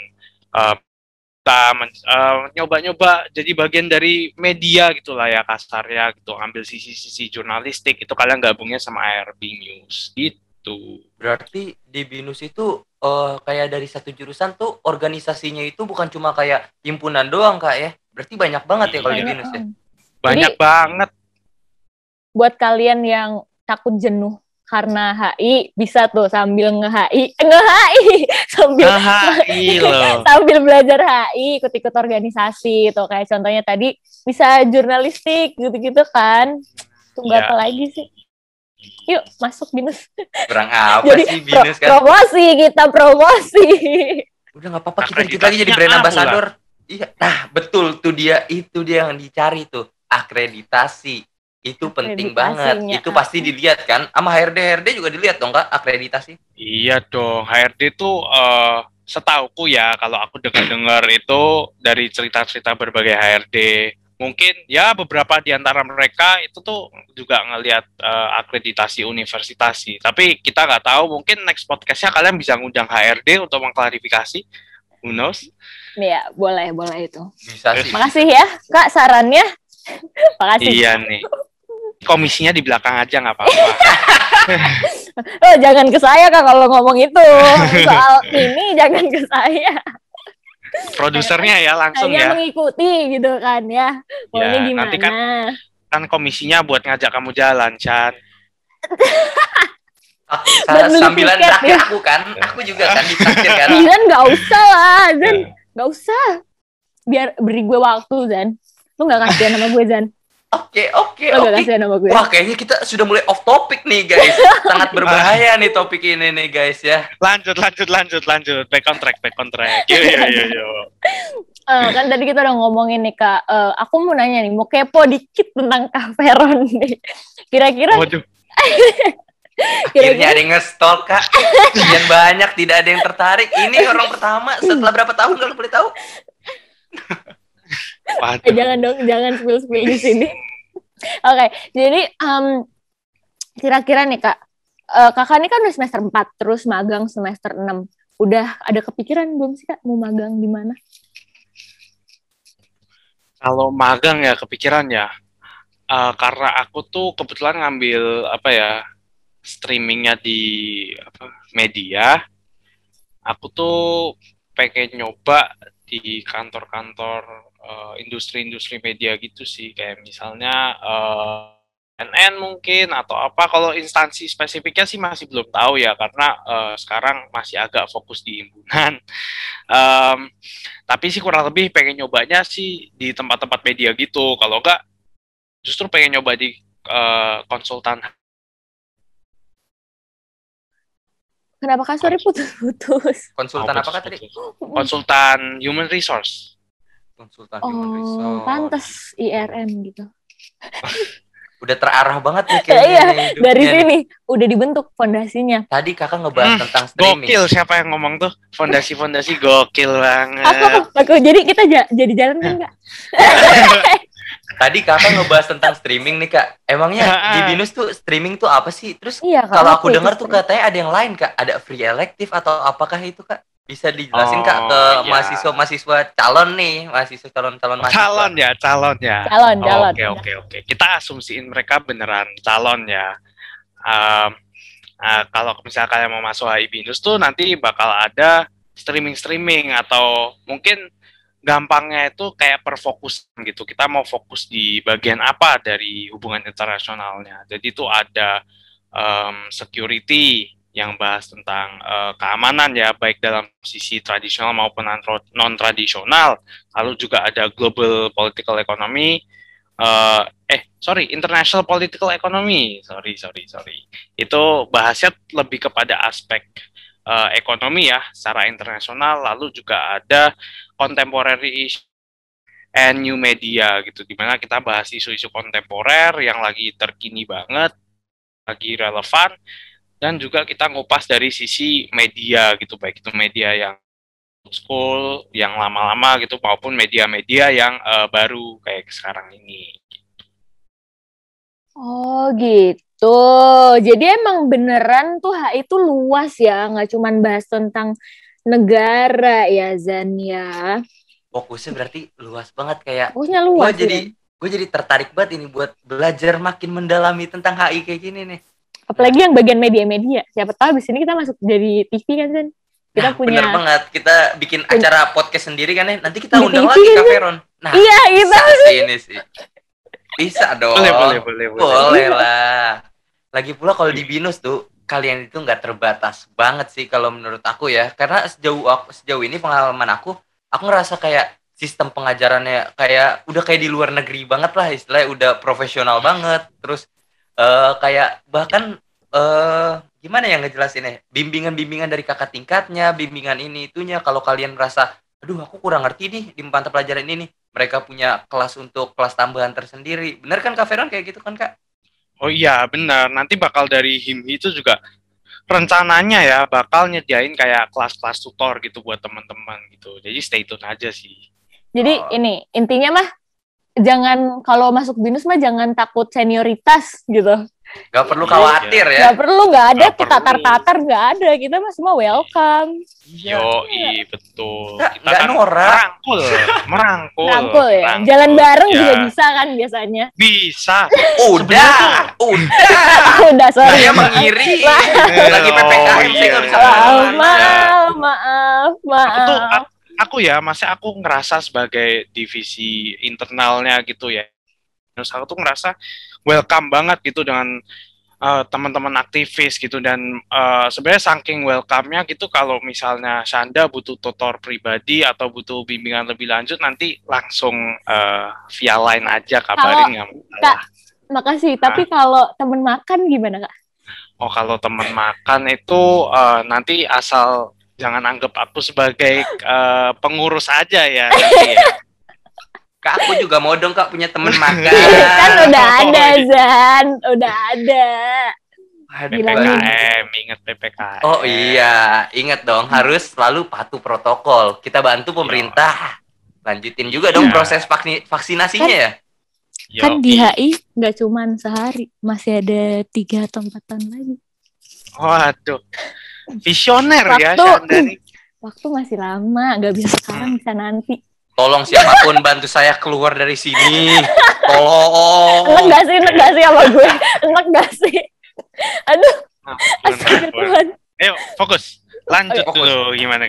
[SPEAKER 3] nyoba-nyoba jadi bagian dari media gitulah ya kasarnya gitu, ambil sisi-sisi jurnalistik, itu kalian gabungnya sama IRB News gitu. gitu.
[SPEAKER 2] Berarti di BINUS itu kayak dari satu jurusan tuh organisasinya itu bukan cuma kayak himpunan doang Kak ya. Berarti banyak banget ya kalau di
[SPEAKER 3] Iya,
[SPEAKER 2] BINUS ya.
[SPEAKER 3] banyak
[SPEAKER 1] Jadi
[SPEAKER 3] banget.
[SPEAKER 1] buat kalian yang takut jenuh karena HI bisa tuh sambil nge-HI sambil
[SPEAKER 3] HI loh.
[SPEAKER 1] sambil belajar HI, ikut-ikut organisasi tuh kayak contohnya tadi bisa jurnalistik gitu-gitu kan. Tunggu
[SPEAKER 3] Ya.
[SPEAKER 1] apa lagi sih? Yuk masuk BINUS.
[SPEAKER 2] Kurang apa
[SPEAKER 1] Jadi
[SPEAKER 2] sih BINUS kan?
[SPEAKER 1] promosi kita promosi.
[SPEAKER 2] Udah nggak apa-apa kita dikit lagi jadi brand ambassador. Iya, nah betul itu dia yang dicari tuh akreditasi. Itu penting banget. Itu pasti dilihat kan? Sama HRD juga dilihat dong Kak akreditasi.
[SPEAKER 3] Iya dong, HRD tuh setauku ya kalau aku dengar itu dari cerita-cerita berbagai HRD. Mungkin ya beberapa di antara mereka itu tuh juga ngelihat akreditasi universitas sih. Tapi kita nggak tahu, mungkin next podcastnya kalian bisa ngundang HRD untuk mengklarifikasi. Who knows?
[SPEAKER 1] Iya, boleh itu.
[SPEAKER 2] Bisa sih.
[SPEAKER 1] Makasih ya Kak sarannya. Makasih.
[SPEAKER 3] Iya nih. Komisinya di belakang aja nggak apa-apa.
[SPEAKER 1] Oh, jangan ke saya Kak kalau ngomong itu. Soal ini jangan ke saya.
[SPEAKER 3] Produsernya ya langsung ya.
[SPEAKER 1] Mengikuti gitu kan ya. Maunya gimana?
[SPEAKER 3] Nanti kan komisinya buat ngajak kamu jalan, Chan.
[SPEAKER 2] Sambilan traktir aku kan. Aku juga kan ditraktir kan.
[SPEAKER 1] Zan nggak usah lah, Zan. Nggak usah. Biar beri gue waktu, Zan. Lu nggak kasihan sama gue, Zan.
[SPEAKER 2] Oke.
[SPEAKER 1] Gue.
[SPEAKER 2] Wah, kayaknya kita sudah mulai off topic nih, guys. Sangat berbahaya nih topik ini nih, guys ya.
[SPEAKER 3] Lanjut. Back on track. Yo.
[SPEAKER 1] Kan tadi kita udah ngomongin nih, Kak. Aku mau nanya nih, mau kepo dikit tentang Kak Veron nih. Kira-kira
[SPEAKER 3] Waduh.
[SPEAKER 2] Akhirnya ada yang nge-stalk Kak. Sekian banyak tidak ada yang tertarik. Ini orang pertama setelah berapa tahun kalau boleh tahu?
[SPEAKER 1] Jangan spill di sini. Oke, jadi kira-kira nih Kak, Kakak ini kan udah semester 4 terus magang semester 6. Udah ada kepikiran belum sih Kak mau magang di mana?
[SPEAKER 3] Kalau magang ya kepikiran ya. Karena aku tuh kebetulan ngambil streamingnya di media. Aku tuh pengen nyoba di kantor-kantor industri-industri media gitu sih, kayak misalnya NN mungkin atau apa. Kalau instansi spesifiknya sih masih belum tahu ya, karena sekarang masih agak fokus di himpunan. Tapi sih kurang lebih pengen nyobanya sih di tempat-tempat media gitu. Kalau enggak, justru pengen nyoba di konsultan.
[SPEAKER 1] Kenapa Kak? Sorry putus-putus.
[SPEAKER 2] Konsultan apakah tadi?
[SPEAKER 3] Konsultan human resource.
[SPEAKER 2] Konsultan human resource.
[SPEAKER 1] Pantes IRM gitu.
[SPEAKER 2] Udah terarah banget nih kayaknya.
[SPEAKER 1] Iya, dari sini udah dibentuk fondasinya.
[SPEAKER 2] Tadi Kakak ngebahas tentang streaming.
[SPEAKER 3] Gokil, siapa yang ngomong tuh? Fondasi gokil banget.
[SPEAKER 1] Aku jadi kita jadi jalan kan Kak?
[SPEAKER 2] Tadi Kakak ngebahas tentang streaming nih Kak. Emangnya di BINUS tuh streaming tuh apa sih? Terus
[SPEAKER 1] iya,
[SPEAKER 2] kalau aku dengar tuh katanya ada yang lain Kak. Ada free elective atau apakah itu Kak? Bisa dijelasin Kak ke mahasiswa calon nih, mahasiswa calon mahasiswa.
[SPEAKER 3] Calon ya. Oke. Kita asumsiin mereka beneran calon ya. Kalau misalnya kalian mau masuk HI BINUS tuh nanti bakal ada streaming atau mungkin gampangnya itu kayak per fokus gitu. Kita mau fokus di bagian apa dari hubungan internasionalnya. Jadi itu ada security yang bahas tentang keamanan ya, baik dalam sisi tradisional maupun non-tradisional. Lalu juga ada global political economy, international political economy. Sorry. Itu bahasnya lebih kepada aspek ekonomi ya, secara internasional. Lalu juga ada contemporary issue and new media gitu, dimana kita bahas isu-isu kontemporer yang lagi terkini banget, lagi relevan. Dan juga kita ngupas dari sisi media gitu, baik itu media yang old school, yang lama-lama gitu, maupun media-media yang baru kayak sekarang ini.
[SPEAKER 1] Oh gitu. Jadi emang beneran tuh HI itu luas ya, nggak cuma bahas tentang negara ya Zan ya.
[SPEAKER 2] Fokusnya berarti luas banget kayak.
[SPEAKER 1] Fokusnya luas.
[SPEAKER 2] Gue jadi tertarik banget ini buat belajar makin mendalami tentang HI kayak gini nih.
[SPEAKER 1] Apalagi yang bagian media-media. Siapa tahu abis ini kita masuk jadi TV kan, Zan? Kita punya.
[SPEAKER 2] Bener banget. Kita bikin acara podcast sendiri kan ya. Nanti kita undang
[SPEAKER 1] TV,
[SPEAKER 2] lagi
[SPEAKER 1] kan?
[SPEAKER 2] Kak Veron. Nah,
[SPEAKER 1] iya,
[SPEAKER 2] bisa sih ini sih. Bisa dong. Boleh lah. Lagi pula kalau di BINUS tuh, kalian itu nggak terbatas banget sih kalau menurut aku ya. Karena sejauh ini pengalaman aku ngerasa kayak sistem pengajarannya udah kayak di luar negeri banget lah, istilahnya udah profesional banget. Terus kayak bahkan gimana ya ngejelasinnya, bimbingan dari kakak tingkatnya, bimbingan ini itunya. Kalau kalian merasa aduh aku kurang ngerti nih di mata pelajaran ini, mereka punya kelas untuk kelas tambahan tersendiri. Bener kan Kak Veron kayak gitu kan Kak?
[SPEAKER 3] Oh iya benar, nanti bakal dari HIMHI itu juga rencananya ya bakal nyediain kayak kelas-kelas tutor gitu buat teman-teman gitu. Jadi stay tune aja sih.
[SPEAKER 1] Jadi ini intinya mah jangan, kalau masuk BINUS mah jangan takut senioritas gitu.
[SPEAKER 2] Gak perlu khawatir ya.
[SPEAKER 1] Gak perlu, gak ada tuh tatar-tatar, gak ada. Kita mah semua welcome.
[SPEAKER 3] Yoi, betul. Kita
[SPEAKER 2] Nggak
[SPEAKER 3] kan
[SPEAKER 2] norak.
[SPEAKER 3] merangkul
[SPEAKER 1] ya. Jalan bareng juga bisa kan biasanya.
[SPEAKER 3] Bisa.
[SPEAKER 2] Udah.
[SPEAKER 1] Udah, sorry.
[SPEAKER 2] Saya mengiri. Lagi PPKM, saya nggak bisa
[SPEAKER 1] Maaf.
[SPEAKER 3] Aku ngerasa sebagai divisi internalnya gitu ya. Terus aku tuh ngerasa welcome banget gitu dengan teman-teman aktivis gitu, dan sebenarnya saking welcome-nya gitu kalau misalnya Shanda butuh tutor pribadi atau butuh bimbingan lebih lanjut nanti langsung via line aja kabarin.
[SPEAKER 1] Kak, makasih. Tapi kalau teman makan gimana Kak?
[SPEAKER 3] Oh, kalau teman makan itu nanti asal jangan anggap aku sebagai pengurus aja ya. Nanti ya.
[SPEAKER 2] Kak, aku juga mau dong Kak punya temen makan.
[SPEAKER 1] Kan udah ada, Zan. Udah ada.
[SPEAKER 3] PPKM, ingat PPKM.
[SPEAKER 2] Oh iya, ingat dong, harus selalu patuh protokol. Kita bantu pemerintah. Lanjutin juga dong proses vaksinasinya ya.
[SPEAKER 1] Kan di HI nggak cuman sehari, masih ada 3 atau 4 tahun lagi.
[SPEAKER 3] Waduh, visioner ya Shanda.
[SPEAKER 1] Waktu masih lama, nggak bisa sekarang, bisa nanti.
[SPEAKER 2] Tolong siapapun bantu saya keluar dari sini. Tolong.
[SPEAKER 1] Enak gak sih sama gue? Enak gak sih? Aduh. Astagfirullah.
[SPEAKER 3] Ayo fokus. Lanjut dulu. Gimana.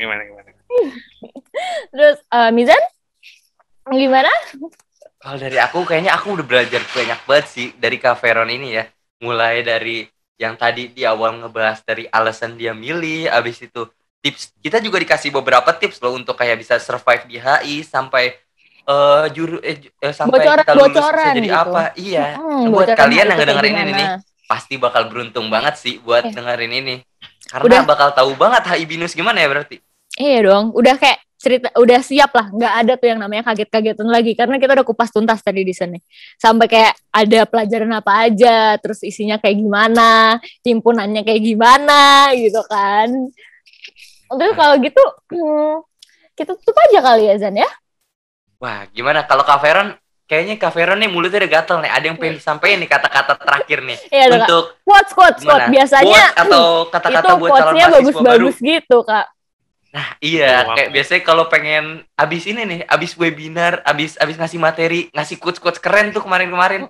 [SPEAKER 1] Terus Mizan? Gimana?
[SPEAKER 2] Kalau dari aku kayaknya aku udah belajar banyak banget sih dari Kak Veron ini ya. Mulai dari yang tadi di awal ngebahas dari alasan dia milih, abis itu tips, kita juga dikasih beberapa tips loh untuk kayak bisa survive di HI sampai sampai kita lulus bisa jadi gitu. Apa? Iya. Buat kalian yang ngedengerin ini nih, pasti bakal beruntung banget sih buat dengerin ini. Karena bakal tahu banget HI BINUS gimana ya berarti. Iya
[SPEAKER 1] dong, udah kayak cerita, udah siap lah, nggak ada tuh yang namanya kaget-kagetan lagi karena kita udah kupas tuntas tadi di sini. Sampai kayak ada pelajaran apa aja, terus isinya kayak gimana, himpunannya kayak gimana gitu kan. Terus kalau gitu, kita tutup aja kali ya Zan ya?
[SPEAKER 2] Wah, gimana kalau Kak Veron? Kayaknya Kak Veron nih mulutnya udah gatel nih. Ada yang pengen disampaikan nih kata-kata terakhir nih.
[SPEAKER 1] Iya, untuk quotes. Biasanya
[SPEAKER 2] quotes atau kata-kata buat calon mahasiswa
[SPEAKER 1] bagus-bagus gitu Kak.
[SPEAKER 2] Nah iya, kayak biasanya kalau pengen abis ini nih, abis webinar, abis ngasih materi, ngasih quotes keren tuh kemarin-kemarin.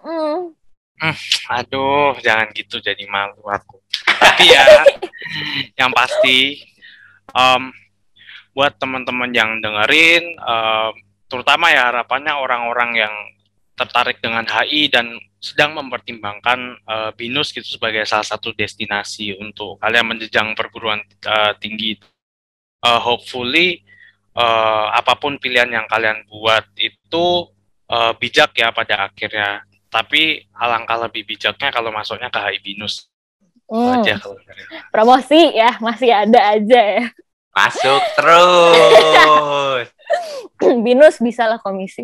[SPEAKER 3] Aduh, jangan gitu jadi malu aku. Tapi ya, yang pasti buat teman-teman yang dengerin, terutama ya harapannya orang-orang yang tertarik dengan HI dan sedang mempertimbangkan BINUS gitu sebagai salah satu destinasi untuk kalian menjejang perguruan tinggi. Hopefully apapun pilihan yang kalian buat itu bijak ya pada akhirnya. Tapi alangkah lebih bijaknya kalau masuknya ke HI BINUS. Aja kalau
[SPEAKER 1] promosi ya masih ada aja ya.
[SPEAKER 2] Masuk terus.
[SPEAKER 1] BINUS bisa lah komisi.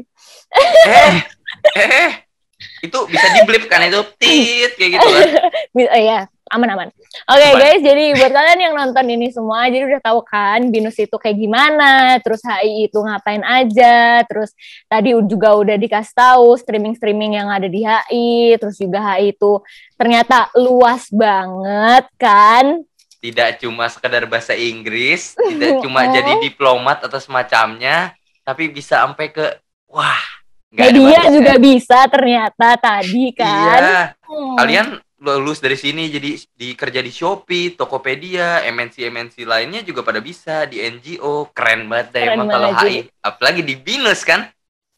[SPEAKER 2] Itu bisa di-blip kan itu tit kayak gitu kan.
[SPEAKER 1] Iya, aman. Oke guys, jadi buat kalian yang nonton ini semua, jadi udah tahu kan BINUS itu kayak gimana, terus HI itu ngapain aja, terus tadi juga udah dikasih tahu streaming yang ada di HI, terus juga HI itu ternyata luas banget kan.
[SPEAKER 2] Tidak cuma sekedar bahasa Inggris, tidak cuma jadi diplomat atau semacamnya, tapi bisa sampai ke media
[SPEAKER 1] juga bisa ternyata tadi kan.
[SPEAKER 2] Iya. Kalian lulus dari sini jadi kerja di Shopee, Tokopedia, MNC lainnya juga pada bisa di NGO. Keren banget deh
[SPEAKER 1] Keren
[SPEAKER 2] emang kalau
[SPEAKER 1] banget,
[SPEAKER 2] HI, apalagi di BINUS kan.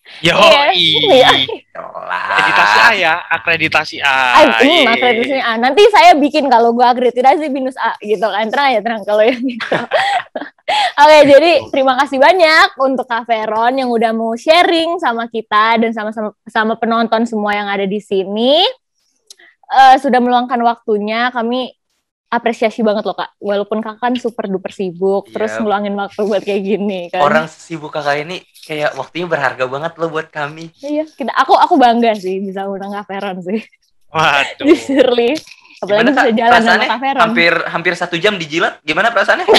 [SPEAKER 1] Iya.
[SPEAKER 3] Akreditasi A ya, akreditasi A.
[SPEAKER 1] Akreditasinya A. Nanti saya bikin kalau gue akreditasi BINUS A gitu kan. Tenang kalau yang gitu. Oke, jadi terima kasih banyak untuk Kak Veron yang udah mau sharing sama kita dan sama penonton semua yang ada di sini. Sudah meluangkan waktunya, kami apresiasi banget loh Kak. Walaupun Kakak kan super duper sibuk, terus ngeluangin waktu buat kayak gini kan.
[SPEAKER 2] Orang sibuk Kakak ini kayak waktunya berharga banget loh buat kami.
[SPEAKER 1] Iya, aku bangga sih bisa undang Kak Veron sih.
[SPEAKER 3] Waduh.
[SPEAKER 1] Jujur nih. Apalagi bisa jalan sama Kak Veron.
[SPEAKER 2] Hampir 1 jam dijilat, gimana perasaannya?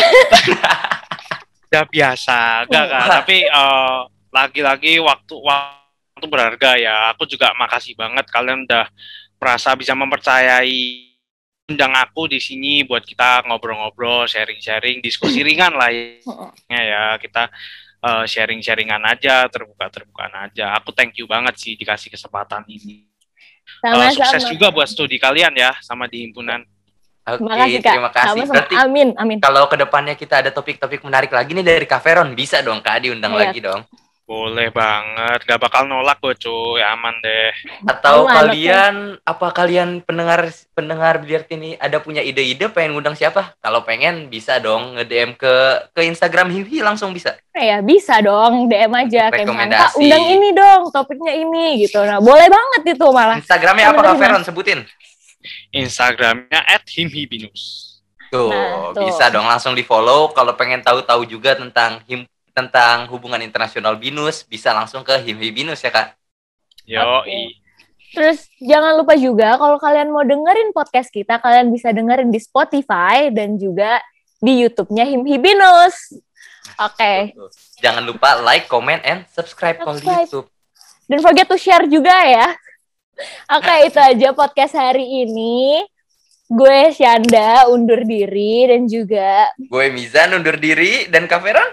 [SPEAKER 3] Udah biasa, enggak kan? Tapi lagi-lagi waktu berharga ya. Aku juga makasih banget kalian udah merasa bisa mempercayai undang aku di sini buat kita ngobrol-ngobrol, sharing-sharing, diskusi ringan lah ya. Kita sharing-sharingan aja, terbukaan aja. Aku thank you banget sih dikasih kesempatan ini. Sukses juga buat studi kalian ya sama di himpunan.
[SPEAKER 2] Oke, terima kasih. Berarti
[SPEAKER 1] amin.
[SPEAKER 2] Kalau kedepannya kita ada topik-topik menarik lagi nih dari Kak Veron, bisa dong Kak diundang lagi dong.
[SPEAKER 3] Boleh banget, gak bakal nolak gue cuy, aman deh.
[SPEAKER 2] Atau kalian pendengar Biliar ini ada punya ide-ide pengen ngundang siapa? Kalau pengen bisa dong nge-DM ke Instagram Himhi langsung bisa.
[SPEAKER 1] Ya bisa dong, DM aja kayak
[SPEAKER 2] Kak
[SPEAKER 1] undang ini dong, topiknya ini gitu. Nah, boleh banget itu malah.
[SPEAKER 2] Instagramnya apa Kak Veron sebutin?
[SPEAKER 3] Instagramnya @himhibinus.
[SPEAKER 2] Tuh, bisa dong langsung di-follow kalau pengen tahu-tahu juga tentang hubungan internasional BINUS, bisa langsung ke Himhi BINUS ya Kak.
[SPEAKER 3] Yoi.
[SPEAKER 1] Terus jangan lupa juga kalau kalian mau dengerin podcast kita, kalian bisa dengerin di Spotify dan juga di YouTube-nya Himhi BINUS. Oke.
[SPEAKER 2] Jangan lupa like, comment, and subscribe kalau di YouTube.
[SPEAKER 1] Don't forget to share juga ya. Oke, itu aja podcast hari ini. Gue Syanda undur diri dan juga
[SPEAKER 2] gue Mizan undur diri dan Kak Veron.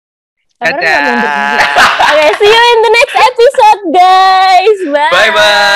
[SPEAKER 3] Dadah.
[SPEAKER 1] Okay, see you in the next episode, guys. Bye.
[SPEAKER 2] Bye-bye.